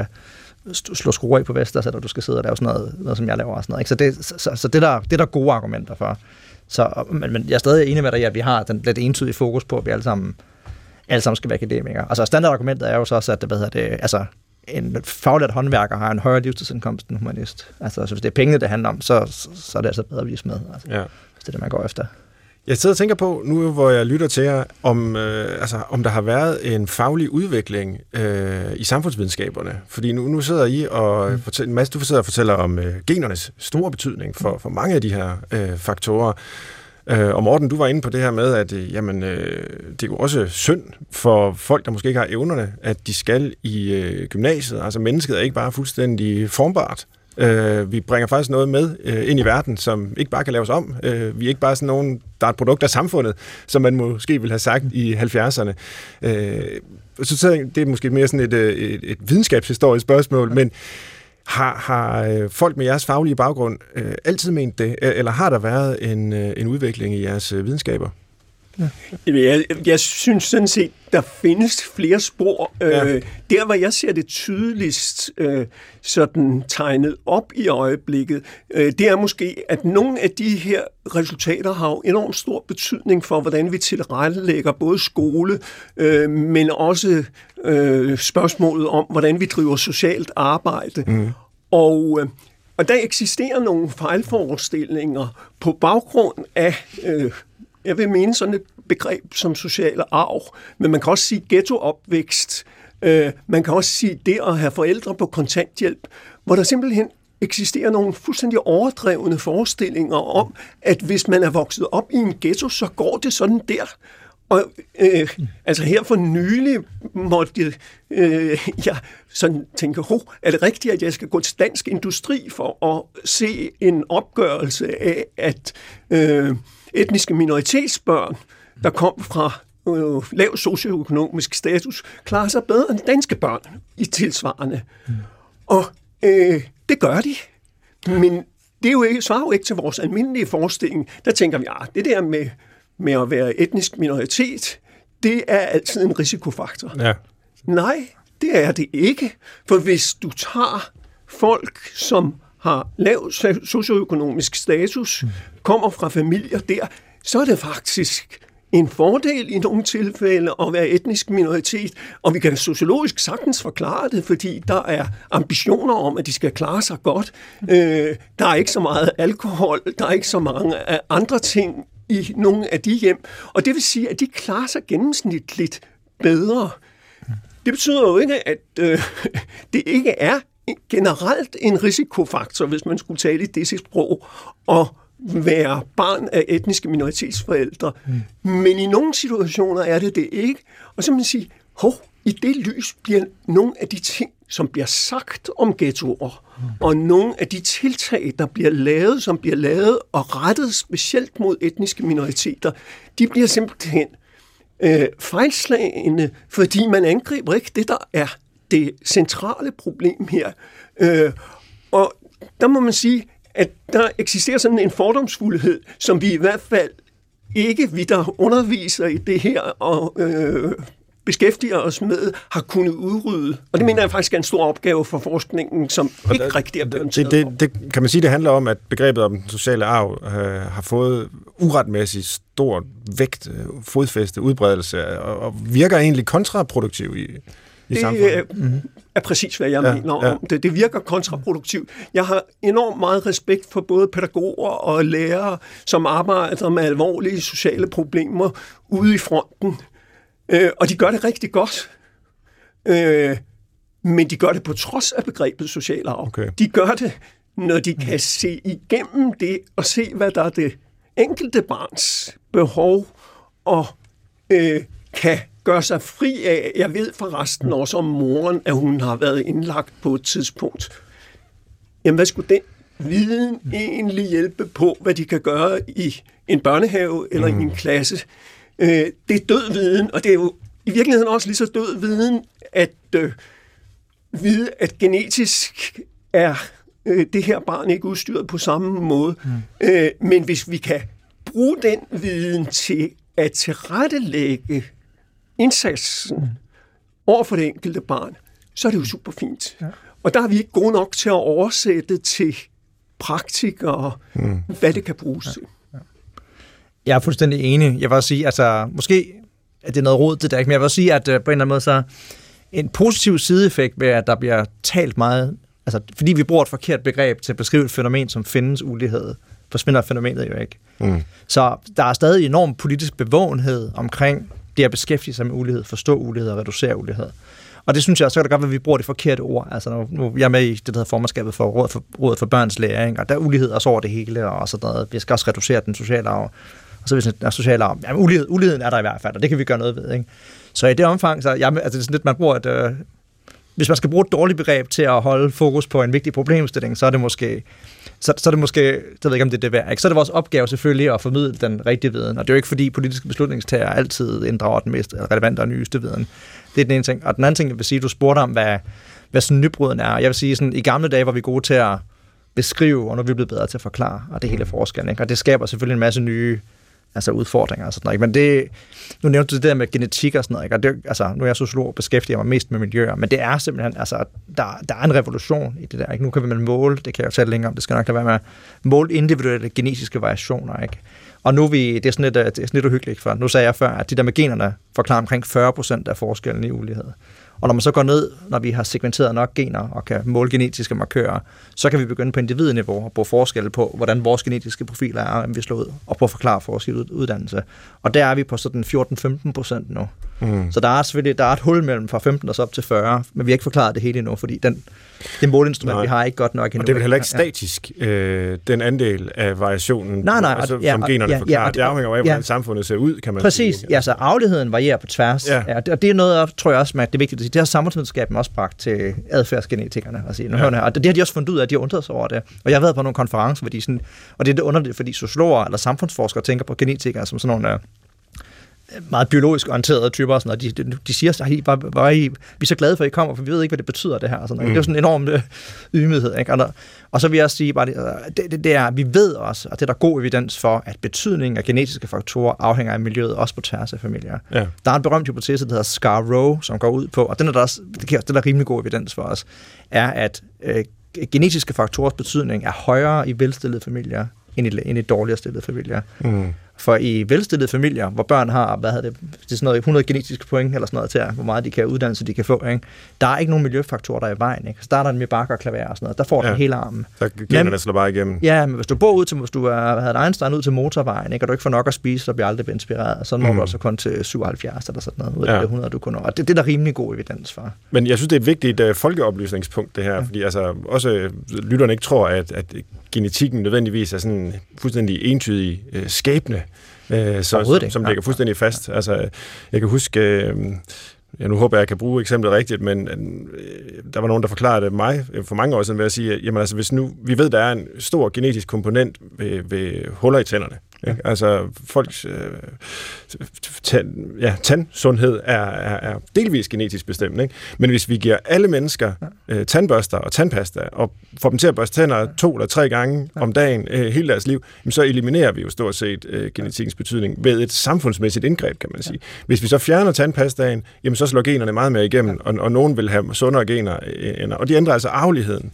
slå skruer i på Vestas, eller du skal sidde og lave sådan noget, noget som jeg laver og sådan noget. Ikke? Så, det, så, så, så det, der, det er der gode argumenter for. Så, men, men jeg er stadig enig med dig i, at vi har den lidt entydige fokus på, at vi alle sammen, alle sammen skal være akademikere. Altså standardargumentet er jo så også, at hvad hedder det, altså, en faglært håndværker har en højere livstidsindkomst end humanist. Altså hvis det er pengene, det handler om, så, så, så er det altså bedre at vise med. Altså, ja. Hvis det er det, man går efter. Jeg sidder og tænker på, nu hvor jeg lytter til jer, om, øh, altså, om der har været en faglig udvikling øh, i samfundsvidenskaberne. Fordi nu, nu sidder I og mm. fortæller, Mads, du sidder og fortæller om øh, genernes store betydning for, for mange af de her øh, faktorer. Øh, og Morten, du var inde på det her med, at øh, jamen, øh, det er jo også synd for folk, der måske ikke har evnerne, at de skal i øh, gymnasiet. Altså mennesket er ikke bare fuldstændig formbart. Uh, vi bringer faktisk noget med uh, ind i verden, som ikke bare kan laves om. Uh, vi er ikke bare sådan nogen, der er et produkt af samfundet, som man måske ville have sagt i halvfjerdserne. Uh, så, så det er måske mere sådan et, et, et videnskabshistorisk spørgsmål, men har, har folk med jeres faglige baggrund uh, altid ment det, eller har der været en, uh, en udvikling i jeres uh, videnskaber? Ja. Jeg, jeg synes sådan set, der findes flere spor. Ja. Øh, der, hvor jeg ser det tydeligst øh, sådan tegnet op i øjeblikket, øh, det er måske, at nogle af de her resultater har jo enormt stor betydning for, hvordan vi tilrettelægger både skole, øh, men også øh, spørgsmålet om, hvordan vi driver socialt arbejde. Mm. Og, øh, og der eksisterer nogle fejlforestillinger på baggrund af øh, jeg vil mene sådan et begreb som social arv, men man kan også sige ghettoopvækst. Øh, man kan også sige det at have forældre på kontanthjælp, hvor der simpelthen eksisterer nogle fuldstændig overdrevne forestillinger om, at hvis man er vokset op i en ghetto, så går det sådan der. Og øh, altså her for nylig måtte øh, jeg sådan tænke, ho, er det rigtigt, at jeg skal gå til Dansk Industri for at se en opgørelse af, at øh, etniske minoritetsbørn, der kom fra øh, lav socioøkonomisk status, klarer sig bedre end danske børn i tilsvarende. Mm. Og øh, det gør de. Men det er jo ikke, svarer jo ikke til vores almindelige forestilling. Der tænker vi, ja, det der med, med at være etnisk minoritet, det er altid en risikofaktor. Ja. Nej, det er det ikke. For hvis du tager folk, som har lav socioøkonomisk status, mm. kommer fra familier der, så er det faktisk en fordel i nogle tilfælde at være etnisk minoritet, og vi kan sociologisk sagtens forklare det, fordi der er ambitioner om, at de skal klare sig godt. Øh, der er ikke så meget alkohol, der er ikke så mange andre ting i nogle af de hjem, og det vil sige, at de klarer sig gennemsnitligt bedre. Det betyder jo ikke, at øh, det ikke er generelt en risikofaktor, hvis man skulle tale i det sprog, og være barn af etniske minoritetsforældre. Mm. Men i nogle situationer er det det ikke. Og så må man sige, hov, i det lys bliver nogle af de ting, som bliver sagt om ghettoer, mm. og nogle af de tiltag, der bliver lavet, som bliver lavet og rettet specielt mod etniske minoriteter, de bliver simpelthen øh, fejlslagende, fordi man angriber ikke det, der er det centrale problem her. Øh, og der må man sige, at der eksisterer sådan en fordomsfuldhed, som vi i hvert fald ikke, vi der underviser i det her og øh, beskæftiger os med, har kunnet udrydde. Og det mener jeg faktisk er en stor opgave for forskningen, som og ikke der, rigtig er blevet det, det, det, kan man sige, det handler om, at begrebet om den sociale arv øh, har fået uretmæssigt stor vægt, fodfæste, udbredelse, og, og virker egentlig kontraproduktiv i I det er, er præcis, hvad jeg ja, mener om ja. det. Det virker kontraproduktivt. Jeg har enormt meget respekt for både pædagoger og lærere, som arbejder med alvorlige sociale problemer ude i fronten. Øh, og de gør det rigtig godt. Øh, men de gør det på trods af begrebet social arv. Okay. De gør det, når de kan se igennem det og se, hvad der er det enkelte barns behov og øh, kan gør sig fri af. Jeg ved forresten også om moren, at hun har været indlagt på et tidspunkt. jamen hvad skulle den viden egentlig hjælpe på, hvad de kan gøre i en børnehave eller mm. i en klasse? Øh, det er død viden, og det er jo i virkeligheden også lige så død viden, at øh, vide, at genetisk er øh, det her barn ikke udstyret på samme måde. Mm. Øh, men hvis vi kan bruge den viden til at tilrettelægge indsatsen mm. over for det enkelte barn, så er det jo super fint. Ja. Og der er vi ikke gode nok til at oversætte til praktikere, mm. hvad det kan bruges til. Ja. Ja. Jeg er fuldstændig enig. Jeg vil også sige, altså måske at det er noget rod, det der ikke, men jeg vil også sige, at uh, på en eller anden måde så en positiv sideeffekt ved, at der bliver talt meget, altså fordi vi bruger et forkert begreb til at beskrive et fænomen, som findes ulighed, forsvinder fænomenet jo ikke. Mm. Så der er stadig enorm politisk bevågenhed omkring det at beskæftige sig med ulighed, forstå ulighed og reducere ulighed. Og det synes jeg, så kan det godt være, at vi bruger det forkerte ord. Altså nu, nu jeg er med i det, der hedder formandskabet for Rådet for, Rådet for Børns Læring, og der er ulighed også over det hele, og sådan noget. Vi skal også reducere den sociale arv. Og så hvis der er social arv, jamen ulighed, uligheden er der i hvert fald, og det kan vi gøre noget ved, ikke? Så i det omfang, så jeg, altså det er sådan lidt, man bruger et, øh, hvis man skal bruge et dårligt begreb til at holde fokus på en vigtig problemstilling, så er det måske, så, så er det måske, jeg ved ikke om det er det værd, ikke? Så er det vores opgave selvfølgelig at formidle den rigtige viden, og det er jo ikke fordi politiske beslutningstagere altid inddrager den mest relevante og nyeste viden. Det er den ene ting. Og den anden ting, jeg vil sige, du spurgte om, hvad, hvad sådan nybruden er. Jeg vil sige, sådan, i gamle dage var vi gode til at beskrive, og nu er vi blevet bedre til at forklare, og det hele forskellen, ikke? Og det skaber selvfølgelig en masse nye altså udfordringer og sådan noget, ikke? Men det, nu nævnte du det der med genetik og sådan noget, ikke? Og det, altså, nu er jeg sociolog og beskæftiger mig mest med miljøer, men det er simpelthen, altså, der, der er en revolution i det der, ikke? Nu kan vi med måle, det kan jeg jo tale længere om, det skal nok lade være med at måle individuelle genetiske variationer, ikke? Og nu er vi, det er sådan lidt, det er sådan lidt uhyggeligt, for nu sagde jeg før, at de der med generne forklarer omkring fyrre procent af forskellen i ulighed. Og når man så går ned, når vi har sekventeret nok gener og kan måle genetiske markører, så kan vi begynde på individniveau og bruge forskelle på, hvordan vores genetiske profiler er, om vi slår ud, og på at forklare vores uddannelse. Og der er vi på sådan fjorten til femten procent nu. Mm. Så der er selvfølgelig der er et hul mellem fra femten og så op til fyrre, men vi har ikke forklaret det hele endnu, fordi den, det måleinstrument, nej, vi har ikke godt nok endnu. Og det er vel heller ikke statisk, øh, den andel af variationen, nej, nej, altså, ja, som generne ja, forklarer. Ja, det afhænger af, hvordan ja, samfundet ser ud, kan man præcis, sige. Præcis, ja, så arveligheden varierer på tværs. Ja. Ja, og det er noget, tror jeg også, at det er vigtigt at sige. Det har samfundsvidenskaben også bragt til adfærdsgenetikerne. Altså, ja. Og det har de også fundet ud af, at de har undret sig over det. Og jeg har været på nogle konferencer, hvor de sådan, og det er det underligt, fordi sociologer eller samfundsforskere tænker på genetikere som sådan nogle meget biologisk orienterede typer og sådan noget. De, de, de siger, at I, var, var I, vi er så glade for, at I kommer, for vi ved ikke, hvad det betyder, det her. Sådan mm. Det er jo sådan en enorm øh, ydmyghed. Ikke? Og, og så vil jeg også sige, bare, det, det, det er, vi ved også, og det er der god evidens for, at betydningen af genetiske faktorer afhænger af miljøet, også på tværs af familier. Ja. Der er en berømt hypotese, der hedder Scar-Row, som går ud på, og den er der også, det er der rimelig god evidens for os, er, at øh, genetiske faktorers betydning er højere i velstillede familier, end i, end i dårligere stillede familier. Mm. For i velstillede familier, hvor børn har, hvad hedder det, det er sådan noget hundrede genetiske point eller sådan noget til, hvor meget de kan uddannelse, de kan få, ikke? Der er ikke nogen miljøfaktorer, der er i vejen, ikke? Så starter den med bakker og klaver og sådan noget. Der får ja. den hele armen. Så generne slår bare igennem. Ja, men hvis du bor ud til, hvis du havde Einstein ud til motorvejen, ikke? Og du ikke får nok at spise, så bliver aldrig inspireret. Så når mm. du altså kun til syvoghalvfjerds eller sådan noget, ud af ja. det hundrede, du kunne nå. Og det, det er der rimelig god evidens for. Men jeg synes, det er et vigtigt uh, folkeoplysningspunkt, det her, ja. fordi altså, også lytterne ikke tror, at, at genetikken nødvendigvis er sådan en fuldstændig entydig uh, skæbne, Øh, så, som, som ligger fuldstændig fast. Altså, jeg kan huske, øh, ja, nu håber jeg, jeg kan bruge eksemplet rigtigt, men øh, der var nogen, der forklarede det mig for mange år siden ved at sige, at jamen, altså, hvis nu, vi ved, der er en stor genetisk komponent ved, ved huller i tænderne. Ja. Altså, folks øh, tand, ja, tandsundhed er, er, er delvis genetisk bestemt, ikke? Men hvis vi giver alle mennesker øh, tandbørster og tandpasta, og får dem til at børste tænder to eller tre gange om dagen øh, hele deres liv, jamen, så eliminerer vi jo stort set øh, genetikkens betydning ved et samfundsmæssigt indgreb, kan man sige. Hvis vi så fjerner tandpastaen, jamen, så slår generne meget mere igennem, og, og nogen vil have sundere gener, øh, og de ændrer altså arveligheden.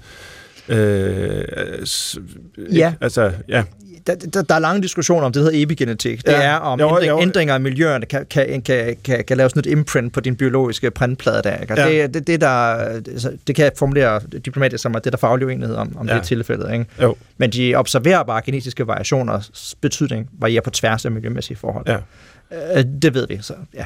Øh, ja. Altså, ja. Der, der, der er lange diskussioner om det, der hedder epigenetik. Det ja. er om jo, ændring, jo. ændringer af miljøerne kan, kan, kan, kan, kan lave sådan et imprint på din biologiske printplade der. Ikke? Ja. Det, det, det, der, det kan jeg formulere diplomatisk som, at det er der faglig uenighed om, om ja. det er tilfældet. Ikke? Jo. Men de observerbare genetiske variationers betydning varierer på tværs af miljømæssige forhold. Ja. Det ved vi, så ja.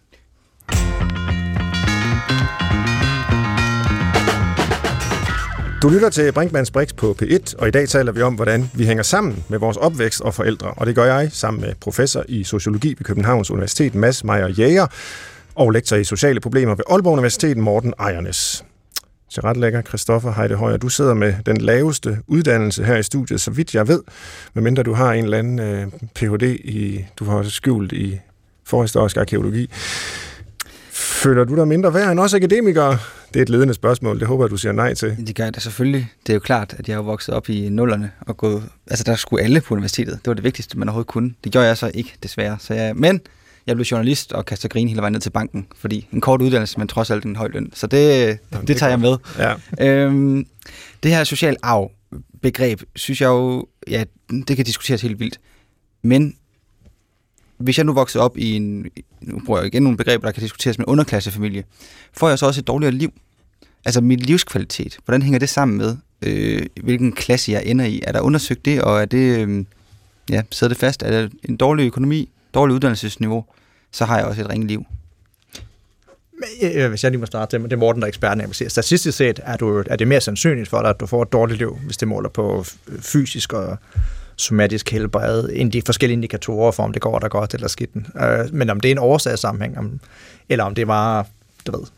Du lytter til Brinkmanns Brix på P et, og i dag taler vi om, hvordan vi hænger sammen med vores opvækst og forældre. Og det gør jeg sammen med professor i sociologi ved Københavns Universitet, Mads Meyer Jæger, og lektor i sociale problemer ved Aalborg Universitet, Morten Ejernes. tilrettelægger Christoffer Heide Højer. Du sidder med den laveste uddannelse her i studiet, så vidt jeg ved, medmindre du har en eller anden øh, P H D i, du har skjult i forhistorisk arkæologi. Føler du dig mindre værd end også akademikere? Det er et ledende spørgsmål, det håber jeg, du siger nej til. Det gør jeg da selvfølgelig. Det er jo klart, at jeg er vokset op i nullerne og gået... Altså, der skulle alle på universitetet. Det var det vigtigste, man overhovedet kunne. Det gjorde jeg så ikke, desværre. Så jeg, men jeg blev journalist og kastede grin hele vejen ned til banken, fordi en kort uddannelse, men trods alt en høj løn. Så det, Jamen, det, det tager jeg med. Ja. Øhm, det her social arv-begreb, synes jeg jo, ja, det kan diskuteres helt vildt. Men hvis jeg nu voksede op i en, nu bruger jeg igen nogle begreber, der kan diskuteres med underklassefamilie, får jeg så også et dårligere liv. Altså min livskvalitet, hvordan hænger det sammen med, øh, hvilken klasse jeg ender i? Er der undersøgt det, og er det, øh, ja, sidder det fast? Er det en dårlig økonomi, dårlig uddannelsesniveau, så har jeg også et ringe liv. Hvis jeg lige må starte, det er Morten, der er eksperten. Jeg vil sige, statistisk set er, du, er det mere sandsynligt for dig, at du får et dårligt liv, hvis det måler på fysisk og somatisk helbred, end de forskellige indikatorer for, om det går der godt eller skidt. Øh, men om det er en årsagssammenhæng, om, eller om det var, du ved,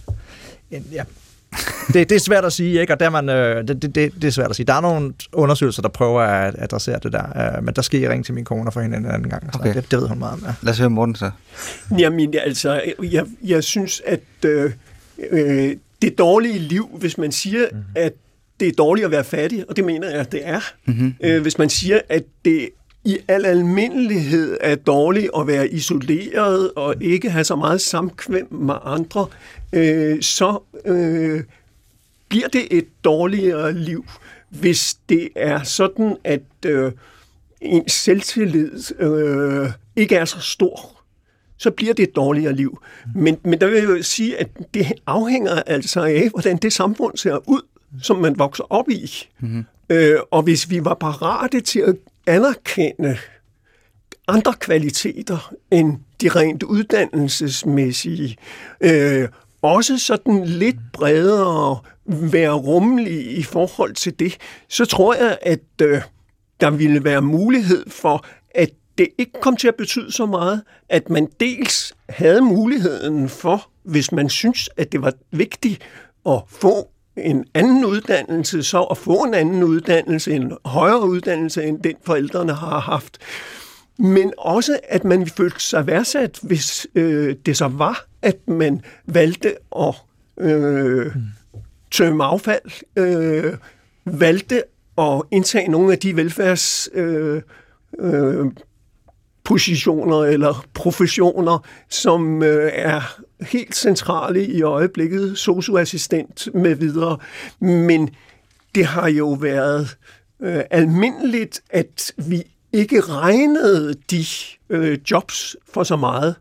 en, ja. Det, det er svært at sige, ikke? Og der man, øh, det, det, det er svært at sige. Der er nogle undersøgelser, der prøver at adressere det der, øh, men der skal jeg ringe til min kone for hende en anden gang. Så okay. det, det ved hun meget om. Ja. Lad os høre Morten så. Jamen, altså, jeg, jeg synes, at øh, øh, det dårlige liv, hvis man siger, mm-hmm. at det er dårligt at være fattig, og det mener jeg, at det er. Mm-hmm. Øh, hvis man siger, at det i al almindelighed er dårligt at være isoleret og ikke have så meget samkvem med andre, øh, så øh, bliver det et dårligere liv, hvis det er sådan, at øh, ens selvtillid øh, ikke er så stor. Så bliver det et dårligere liv. Men, men der vil jeg jo sige, at det afhænger altså af, hvordan det samfund ser ud, som man vokser op i. Mm-hmm. Øh, og hvis vi var parate til at anerkende andre kvaliteter end de rent uddannelsesmæssige, øh, også sådan lidt bredere, være rummelige i forhold til det, så tror jeg, at øh, der ville være mulighed for, at det ikke kom til at betyde så meget, at man dels havde muligheden for, hvis man synes, at det var vigtigt at få en anden uddannelse, så at få en anden uddannelse, en højere uddannelse, end den forældrene har haft. Men også, at man følte sig værdsat, hvis øh, det så var, at man valgte at øh, tømme affald, øh, valgte at indtage nogle af de velfærds øh, øh, positioner eller professioner, som øh, er helt centrale i øjeblikket, sosu-assistent med videre. Men det har jo været øh, almindeligt, at vi ikke regnede de øh, jobs for så meget.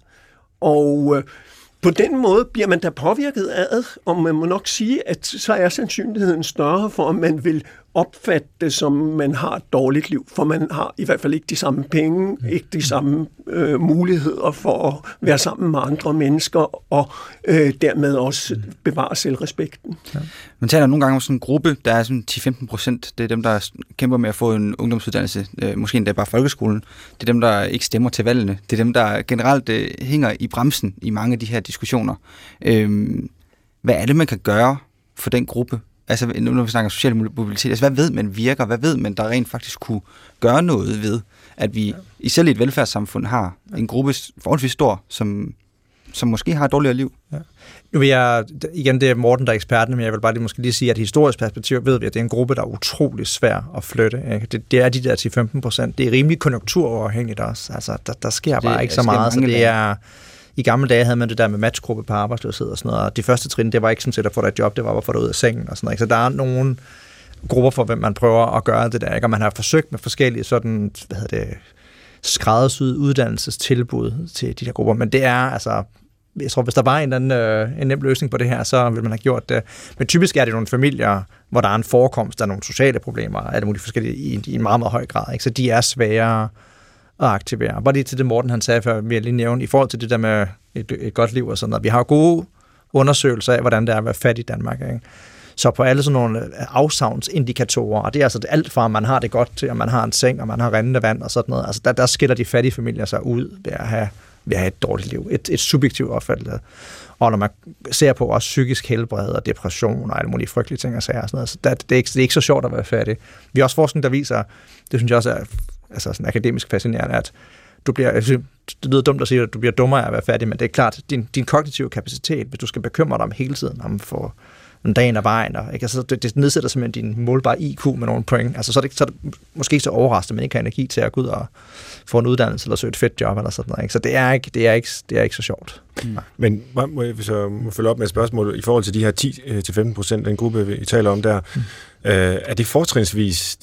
Og øh, på den måde bliver man da påvirket af det, og man må nok sige, at så er sandsynligheden større for, at man vil opfatte det, som man har et dårligt liv, for man har i hvert fald ikke de samme penge, ikke de samme øh, muligheder for at være sammen med andre mennesker, og øh, dermed også bevare selvrespekten. Ja. Man taler nogle gange om sådan en gruppe, der er sådan ti til femten procent, det er dem, der kæmper med at få en ungdomsuddannelse, øh, måske endda bare folkeskolen, det er dem, der ikke stemmer til valgene, det er dem, der generelt øh, hænger i bremsen i mange af de her diskussioner. Øh, hvad er det, man kan gøre for den gruppe? Altså, når vi snakker social mobilitet, altså, hvad ved man virker? Hvad ved man, der rent faktisk kunne gøre noget ved, at vi, især i et velfærdssamfund, har en gruppe forholdsvis stor, som, som måske har et dårligere liv? Ja. Nu vil jeg, igen, det er Morten, der er eksperten, men jeg vil bare lige, måske lige sige, at historisk perspektiv ved vi, at det er en gruppe, der er utrolig svær at flytte. Ikke? Det, det er de der ti til femten procent. Det er rimelig konjunkturoverhængigt også. Altså, der, der sker bare det, ikke så meget, så det er... I gamle dage havde man det der med matchgruppe på arbejdsløshed og sådan noget, og de første trin, det var ikke sådan set at få dig et job, det var at få dig ud af sengen og sådan noget. Så der er nogle grupper, for hvem man prøver at gøre det der, ikke? Og man har forsøgt med forskellige sådan, hvad hedder det, skræddersyede uddannelsestilbud til de her grupper, men det er altså, jeg tror, hvis der var en, anden, øh, en nem løsning på det her, så ville man have gjort det. Men typisk er det nogle familier, hvor der er en forekomst af nogle sociale problemer, alle mulige forskellige, i, i en meget, meget høj grad, ikke? Så de er svære at aktivere. Bare lige til det, Morten han sagde før, vil jeg lige nævne, i forhold til det der med et, et godt liv og sådan noget. Vi har gode undersøgelser af, hvordan det er at være fattig i Danmark, ikke? Så på alle sådan nogle afsavnsindikatorer, og det er altså alt fra, at man har det godt til, at man har en seng, og man har rindende vand og sådan noget. Altså der, der skiller de fattige familier sig ud ved at have, ved at have et dårligt liv, et, et subjektivt opfattelse. Og når man ser på også psykisk helbred og depression og alle mulige frygtelige ting og sager og sådan noget, så det, det, er ikke, det er ikke så sjovt at være færdig. Vi har også forskning, der viser, det synes jeg også er altså sådan akademisk fascinerende, at du bliver, det lyder dumt at sige, at du bliver dummere af at være færdig, men det er klart, din, din kognitive kapacitet, hvis du skal bekymre dig om hele tiden, om for en dagen af vejen, og, ikke? Altså, det, det nedsætter simpelthen din målbare I Q med nogle point. Altså, så er det, så er det måske ikke så overraskende, at man ikke har energi til at gå ud og få en uddannelse eller søge et fedt job eller sådan noget. Ikke? Så det er ikke, det er ikke, det er ikke så sjovt. Mm. Men må jeg, hvis jeg må følge op med et spørgsmål i forhold til de her ti til femten procent, den gruppe, vi taler om der, mm. øh, er det fortrinsvis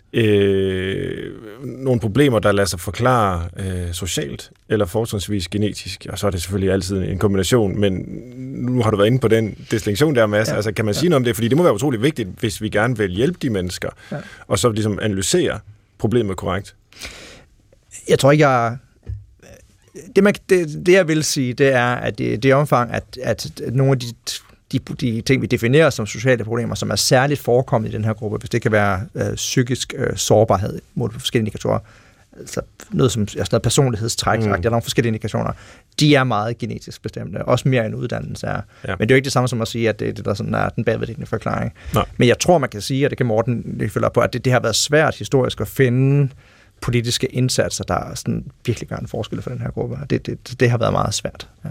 øh, nogle problemer, der lader sig forklare øh, socialt, eller fortrinsvis genetisk? Og så er det selvfølgelig altid en kombination, men nu har du været inde på den distinktion der, Mads. Ja. Altså, kan man sige ja. noget om det? Fordi det må være utroligt vigtigt, hvis vi gerne vil hjælpe de mennesker, ja. og så ligesom analysere problemet korrekt. Jeg tror ikke, jeg... Det, man, det, det jeg vil sige, det er, at det, det omfang, at, at nogle af de, de, de ting, vi definerer som sociale problemer, som er særligt forekommet i den her gruppe, hvis det kan være øh, psykisk øh, sårbarhed mod forskellige indikatorer, altså noget som altså noget personlighedstræk, mm. der er nogle forskellige indikationer, de er meget genetisk bestemte, også mere end uddannelse er. Ja. Men det er jo ikke det samme som at sige, at det, det der sådan er den bagvedliggende forklaring. Nej. Men jeg tror, man kan sige, og det kan Morten følge op på, at det, det har været svært historisk at finde politiske indsatser, der sådan virkelig gør en forskel for den her gruppe. Det, det, det har været meget svært. Ja,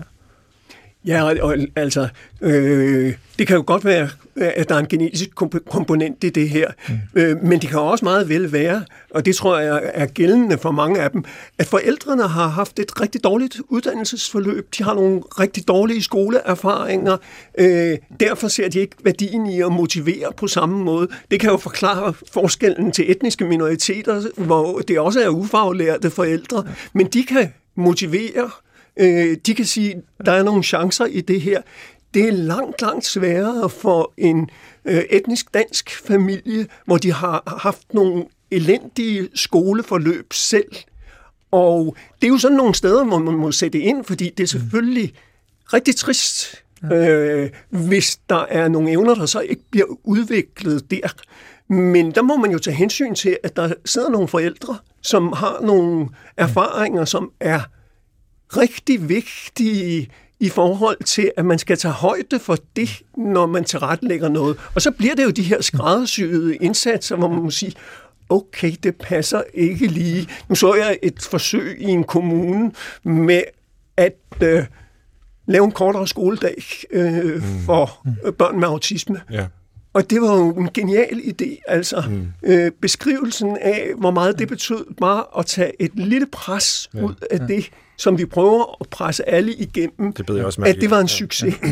ja og, og altså, øh, det kan jo godt være, at der er en genetisk komponent i det her, mm. øh, men det kan også meget vel være, og det tror jeg er gældende for mange af dem, at forældrene har haft et rigtig dårligt uddannelsesforløb, de har nogle rigtig dårlige skoleerfaringer, øh, derfor ser de ikke værdien i at motivere på samme måde. Det kan jo forklare forskellen til etniske minoriteter, hvor det også er ufaglærte forældre, men de kan motivere. De kan sige, at der er nogle chancer i det her. Det er langt, langt sværere for en øh, etnisk dansk familie, hvor de har haft nogle elendige skoleforløb selv. Og det er jo sådan nogle steder, hvor man må sætte ind, fordi det er selvfølgelig rigtig trist, øh, hvis der er nogle evner, der så ikke bliver udviklet der. Men der må man jo tage hensyn til, at der sidder nogle forældre, som har nogle erfaringer, som er rigtig vigtige i forhold til, at man skal tage højde for det, når man tilrettelægger noget. Og så bliver det jo de her skræddersyede indsatser, hvor man må sige, okay, det passer ikke lige. Nu så jeg et forsøg i en kommune med at øh, lave en kortere skoledag øh, for mm. børn med autisme. Ja. Og det var jo en genial idé, altså mm. øh, beskrivelsen af, hvor meget det betød bare at tage et lille pres ja. ud af det, som vi prøver at presse alle igennem, det jeg også at det var en succes. Ja.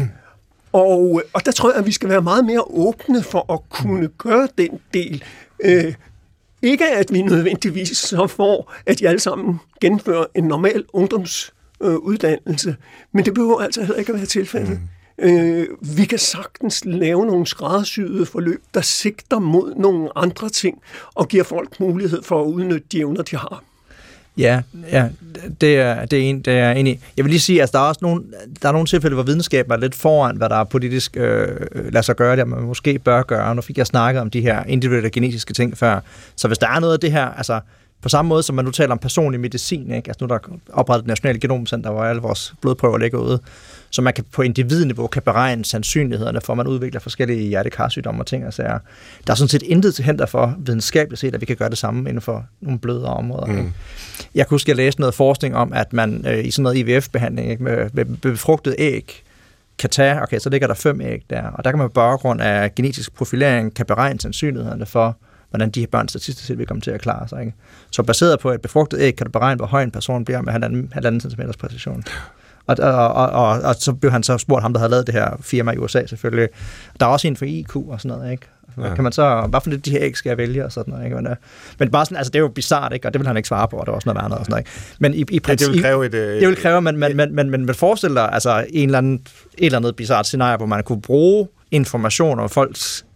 Og, og der tror jeg, at vi skal være meget mere åbne for at kunne gøre den del. Øh, ikke at vi nødvendigvis så får, at de alle sammen gennemfører en normal ungdomsuddannelse, øh, men det behøver altså heller ikke at være tilfældet. Mm. Øh, vi kan sagtens lave nogle skræddersyede forløb, der sigter mod nogle andre ting, og giver folk mulighed for at udnytte de evner, de har. Ja, ja, det er, det er en, det er enig. Jeg vil lige sige, at altså, der er også nogle, der er nogle tilfælde, hvor videnskaben er lidt foran, hvad der er politisk øh, lader sig gøre, det man måske bør gøre. Nu fik jeg snakket om de her individuelle genetiske ting før. Så hvis der er noget af det her, altså på samme måde som man nu taler om personlig medicin, ikke? Altså nu er der oprettet et nationalt genomcenter, hvor alle vores blodprøver ligger ude, så man kan på individniveau kan beregne sandsynlighederne for, at man udvikler forskellige hjertekarsygdomme og ting og sager. Der er sådan set intet til hinder for videnskabeligt set, at vi kan gøre det samme inden for nogle blødere områder. Mm. Jeg kunne huske, at jeg læste noget forskning om, at man øh, i sådan noget I V F-behandling ikke, med, med befrugtet æg kan tage, okay, så ligger der fem æg der, og der kan man på baggrund af genetisk profilering kan beregne sandsynlighederne for, hvordan de her børn statistisk set vil komme til at klare sig. Ikke? Så baseret på et befrugtet æg, kan du beregne, hvor høj en person bliver med halvanden, halvanden centimeters præcision. Og, og, og, og, og så blev han så spurgt ham, der havde lavet det her firma i U S A selvfølgelig. Der er også en for I Q og sådan noget, ikke? Ja. Kan man så, hvad for de her æg skal jeg vælge og sådan noget, ikke? Men, men bare sådan, altså det er jo bizarrt, ikke? Og det vil han ikke svare på, og der er også noget andet og sådan noget, ikke? Men i, i princip, ja, det vil kræve et... Øh, det vil kræve, men man, man, man, man, man forestiller altså en eller anden, et eller andet bizarrt scenarie, hvor man kunne bruge information om folks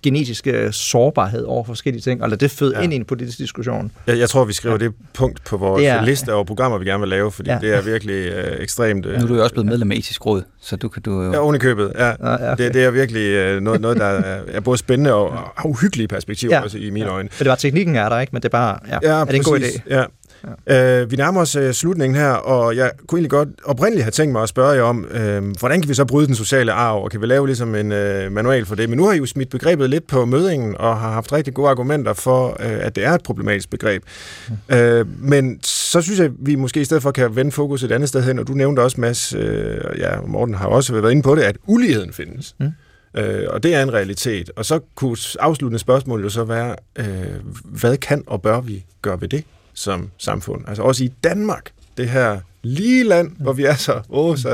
genetiske sårbarhed over forskellige ting, og lade det føde ja. ind i en politisk diskussion. Jeg, jeg tror, vi skriver ja. det punkt på vores er, liste over programmer, vi gerne vil lave, fordi ja. det er virkelig øh, ekstremt... Øh, nu er du jo også blevet medlem af Etisk Råd, så du kan du jo... Ja, oven i købet, ja. ja, ja okay. det, det er virkelig øh, noget, noget, der er, er både spændende og, og uhyggelige perspektiver ja. også i mine ja. øjne. For det var teknikken er der, ikke? Men det er bare... Ja, ja er det en god idé? Ja. Ja. Uh, vi nærmer os uh, slutningen her, og jeg kunne egentlig godt oprindeligt have tænkt mig at spørge jer om, uh, hvordan kan vi så bryde den sociale arv, og kan vi lave ligesom en uh, manual for det? Men nu har I jo smidt begrebet lidt på mødingen, og har haft rigtig gode argumenter for, uh, at det er et problematisk begreb. Mm. Uh, men så synes jeg, at vi måske i stedet for kan vende fokus et andet sted hen, og du nævnte også, Mads, uh, ja, Morten har også været inde på det, at uligheden findes. Mm. Uh, og det er en realitet. Og så kunne afsluttende spørgsmål jo så være, uh, hvad kan og bør vi gøre ved det som samfund? Altså også i Danmark, det her lige land, hvor vi er så, åh, så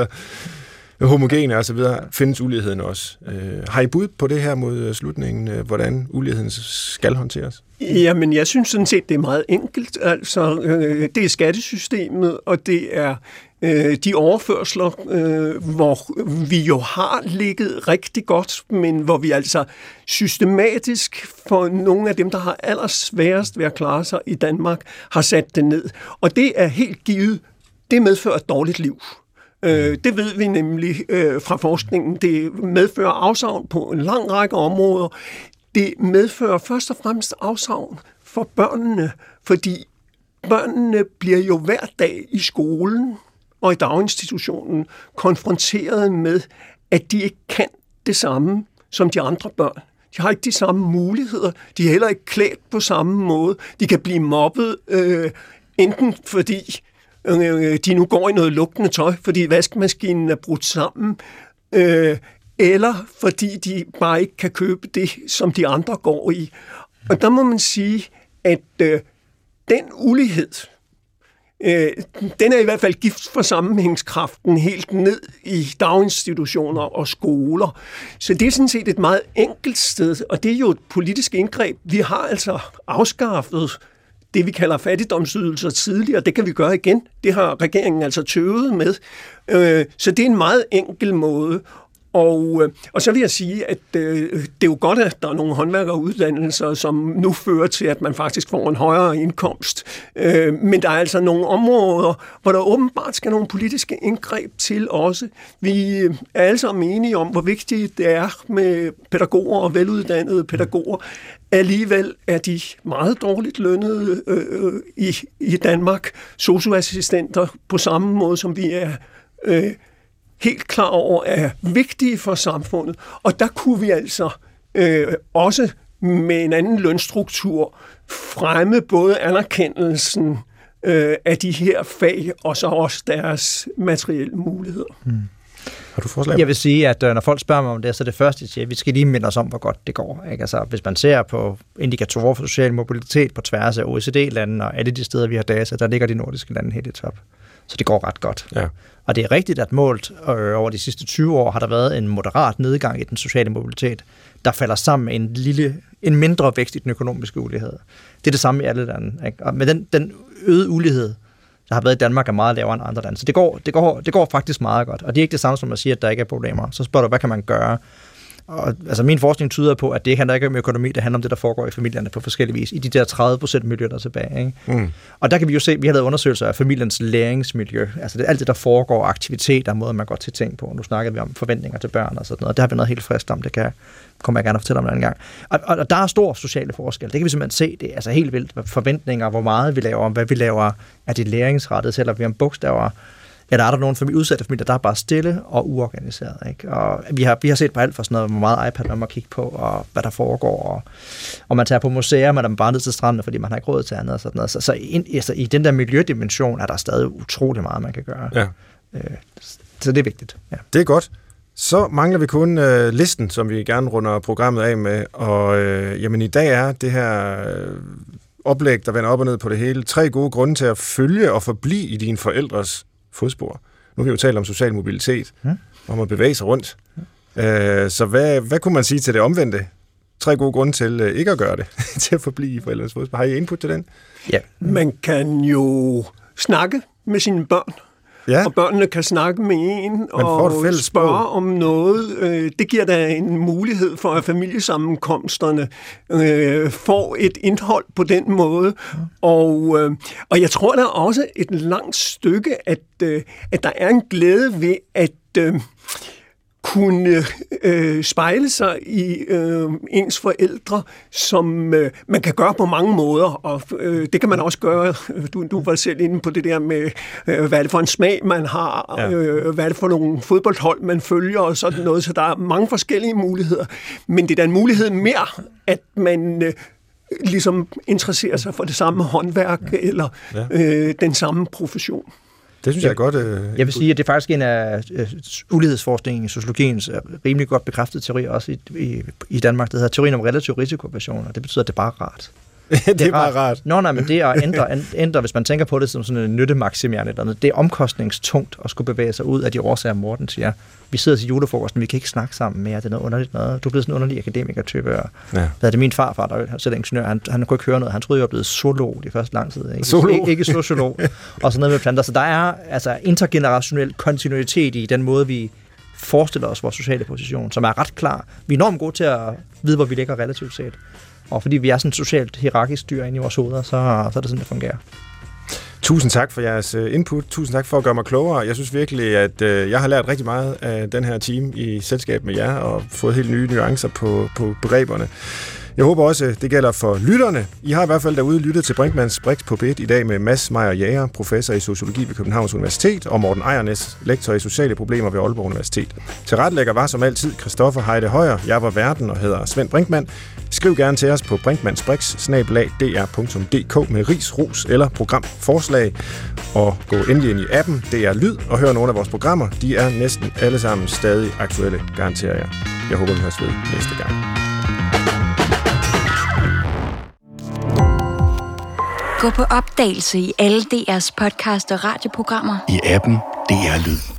homogene og så videre, findes uligheden også. Uh, har I bud på det her mod slutningen, uh, hvordan uligheden skal håndteres? Jamen, jeg synes sådan set, det er meget enkelt. Altså, øh, det er skattesystemet, og det er øh, de overførsler, øh, hvor vi jo har ligget rigtig godt, men hvor vi altså systematisk for nogle af dem, der har allersværest ved at klare sig i Danmark, har sat det ned. Og det er helt givet, det medfører et dårligt liv. Øh, det ved vi nemlig øh, fra forskningen. Det medfører afsavn på en lang række områder. Det medfører først og fremmest afsavn for børnene, fordi børnene bliver jo hver dag i skolen og i daginstitutionen konfronteret med, at de ikke kan det samme som de andre børn. De har ikke de samme muligheder, de er heller ikke klædt på samme måde. De kan blive mobbet, øh, enten fordi øh, de nu går i noget lugtende tøj, fordi vaskemaskinen er brudt sammen, øh, eller fordi de bare ikke kan købe det, som de andre går i. Og der må man sige, at øh, den ulighed, øh, den er i hvert fald gift for sammenhængskraften helt ned i daginstitutioner og skoler. Så det er sådan set et meget enkelt sted, og det er jo et politisk indgreb. Vi har altså afskaffet det, vi kalder fattigdomsydelser tidligere. Det kan vi gøre igen. Det har regeringen altså tøvet med. Øh, så det er en meget enkel måde. Og, og så vil jeg sige, at øh, det er jo godt, at der er nogle håndværkeruddannelser, som nu fører til, at man faktisk får en højere indkomst. Øh, men der er altså nogle områder, hvor der åbenbart skal nogle politiske indgreb til også. Vi er alle sammen enige om, hvor vigtigt det er med pædagoger og veluddannede pædagoger. Alligevel er de meget dårligt lønnede øh, i, i Danmark. Sosu-assistenter på samme måde, som vi er øh, helt klar over, er vigtige for samfundet. Og der kunne vi altså øh, også med en anden lønstruktur fremme både anerkendelsen øh, af de her fag, og så også deres materielle muligheder. Hmm. Har du forslag? Jeg vil sige, at når folk spørger mig om det, så er det første, jeg siger, at vi skal lige minde os om, hvor godt det går. Ikke? Altså, hvis man ser på indikatorer for social mobilitet på tværs af O E C D-landene og alle de steder, vi har data, der ligger de nordiske lande helt i top. Så det går ret godt. Ja. Og det er rigtigt, at målt øh, over de sidste tyve år har der været en moderat nedgang i den sociale mobilitet, der falder sammen med en lille, en mindre vækst i den økonomiske ulighed. Det er det samme i alle lande. Ikke? Og med den, den øgede ulighed, der har været i Danmark, er meget lavere end andre lande. Så det går, det går, det går faktisk meget godt. Og det er ikke det samme som at sige, at der ikke er problemer. Så spørger du, hvad kan man gøre? Og, altså min forskning tyder på, at det handler ikke om økonomi, det handler om det, der foregår i familierne på forskellige vis, i de der tredive procent miljø, der er tilbage. Ikke? Mm. Og der kan vi jo se, vi har lavet undersøgelser af familiens læringsmiljø, altså det, alt det, der foregår, aktiviteter, måder man godt til tænke på. Nu snakker vi om forventninger til børn og sådan noget, det har vi noget helt frisk om, det kan kommer jeg gerne at fortælle om en anden gang. Og, og, og der er stor sociale forskel, det kan vi simpelthen se, det er altså helt vildt, forventninger, hvor meget vi laver, om hvad vi laver, er det læringsrettet, sælger vi om bogstaver, eller er der nogle familie, udsatte familier, der er bare stille og uorganiseret. Ikke? Og vi har, vi har set på alt for sådan noget, hvor meget iPad man må kigge på, og hvad der foregår. Og, og man tager på museer, man er bare ned til stranden, fordi man har ikke råd til andet. Og sådan noget. Så, så in, altså, i den der miljødimension er der stadig utrolig meget, man kan gøre. Ja. Øh, så det er vigtigt. Ja. Det er godt. Så mangler vi kun øh, listen, som vi gerne runder programmet af med. Og øh, jamen, i dag er det her øh, oplæg, der vender op og ned på det hele, tre gode grunde til at følge og forblive i dine forældres fodspor. Nu har vi jo talt om social mobilitet, mm. hvor man bevæger sig rundt. Mm. Øh, så hvad, hvad kunne man sige til det omvendte? Tre gode grunde til øh, ikke at gøre det, til at forblive i forældres fodspor. Har I input til den? Ja. Man kan jo snakke med sine børn ja. og børnene kan snakke med en og spørge om noget. Det giver da en mulighed for, at familiesammenkomsterne øh, får et indhold på den måde. Ja. Og, øh, og jeg tror, der er også et langt stykke, at, øh, at der er en glæde ved, at øh, kunne øh, spejle sig i øh, ens forældre, som øh, man kan gøre på mange måder, og øh, det kan man også gøre. Du, du var selv inde på det der med, øh, hvad er det for en smag, man har, ja. øh, hvad er det for nogle fodboldhold, man følger, og sådan noget, så der er mange forskellige muligheder. Men det er da en mulighed mere, at man øh, ligesom interesserer sig for det samme håndværk, ja. eller øh, den samme profession. Det synes jeg er godt. Øh, jeg vil sige, at det er faktisk en af øh, ulighedsforskningen i sociologiens rimelig godt bekræftet teori, også i, i, i Danmark, der hedder teorien om relativ risikoversion, og det betyder, at det er bare rart. det er bare rart. Nå, nej, men det er at ændre, ændre, hvis man tænker på det som sådan en nyttemaksimerende eller noget, det er omkostningstungt at skulle bevæge sig ud af de årsager, Morten siger. Vi sidder til julefrokosten, vi kan ikke snakke sammen mere, det er noget underligt noget. Du er blevet sådan en underlig akademiker-type. Ja. Hvad er det min farfar, der er selv ingeniør, han, han kunne ikke høre noget, han troede, jeg var blevet zoolog de første lang tid. Ikke, ikke, ikke sociolog. Og sådan noget med planter. Så der er altså intergenerationel kontinuitet i den måde, vi forestiller os vores sociale position, som er ret klar. Vi er enormt gode til at vide, hvor vi ligger relativt set. Og fordi vi er sådan et socialt hierarkisk dyr inde i vores hoveder, så, så er det sådan, det fungerer. Tusind tak for jeres input. Tusind tak for at gøre mig klogere. Jeg synes virkelig, at øh, jeg har lært rigtig meget af den her time i selskab med jer, og fået helt nye nuancer på, på begreberne. Jeg håber også, det gælder for lytterne. I har i hvert fald derude lyttet til Brinkmanns Brix på P et i dag med Mads Meyer Jager, professor i sociologi ved Københavns Universitet, og Morten Ejernes, lektor i sociale problemer ved Aalborg Universitet. Tilrettelægger var som altid Christoffer Heide Højer. Jeg var værten og hedder Svend Brinkmann. Skriv gerne til os på brinkmannsbrix bindestreg d r punktum d k med ris, ros eller programforslag. Og gå endelig ind i appen D R Lyd og hør nogle af vores programmer. De er næsten alle sammen stadig aktuelle, garanterer jeg. Jeg håber, vi høres ved næste gang. Gå på opdagelse i alle D R's podcast og radioprogrammer. I appen D R Lyd.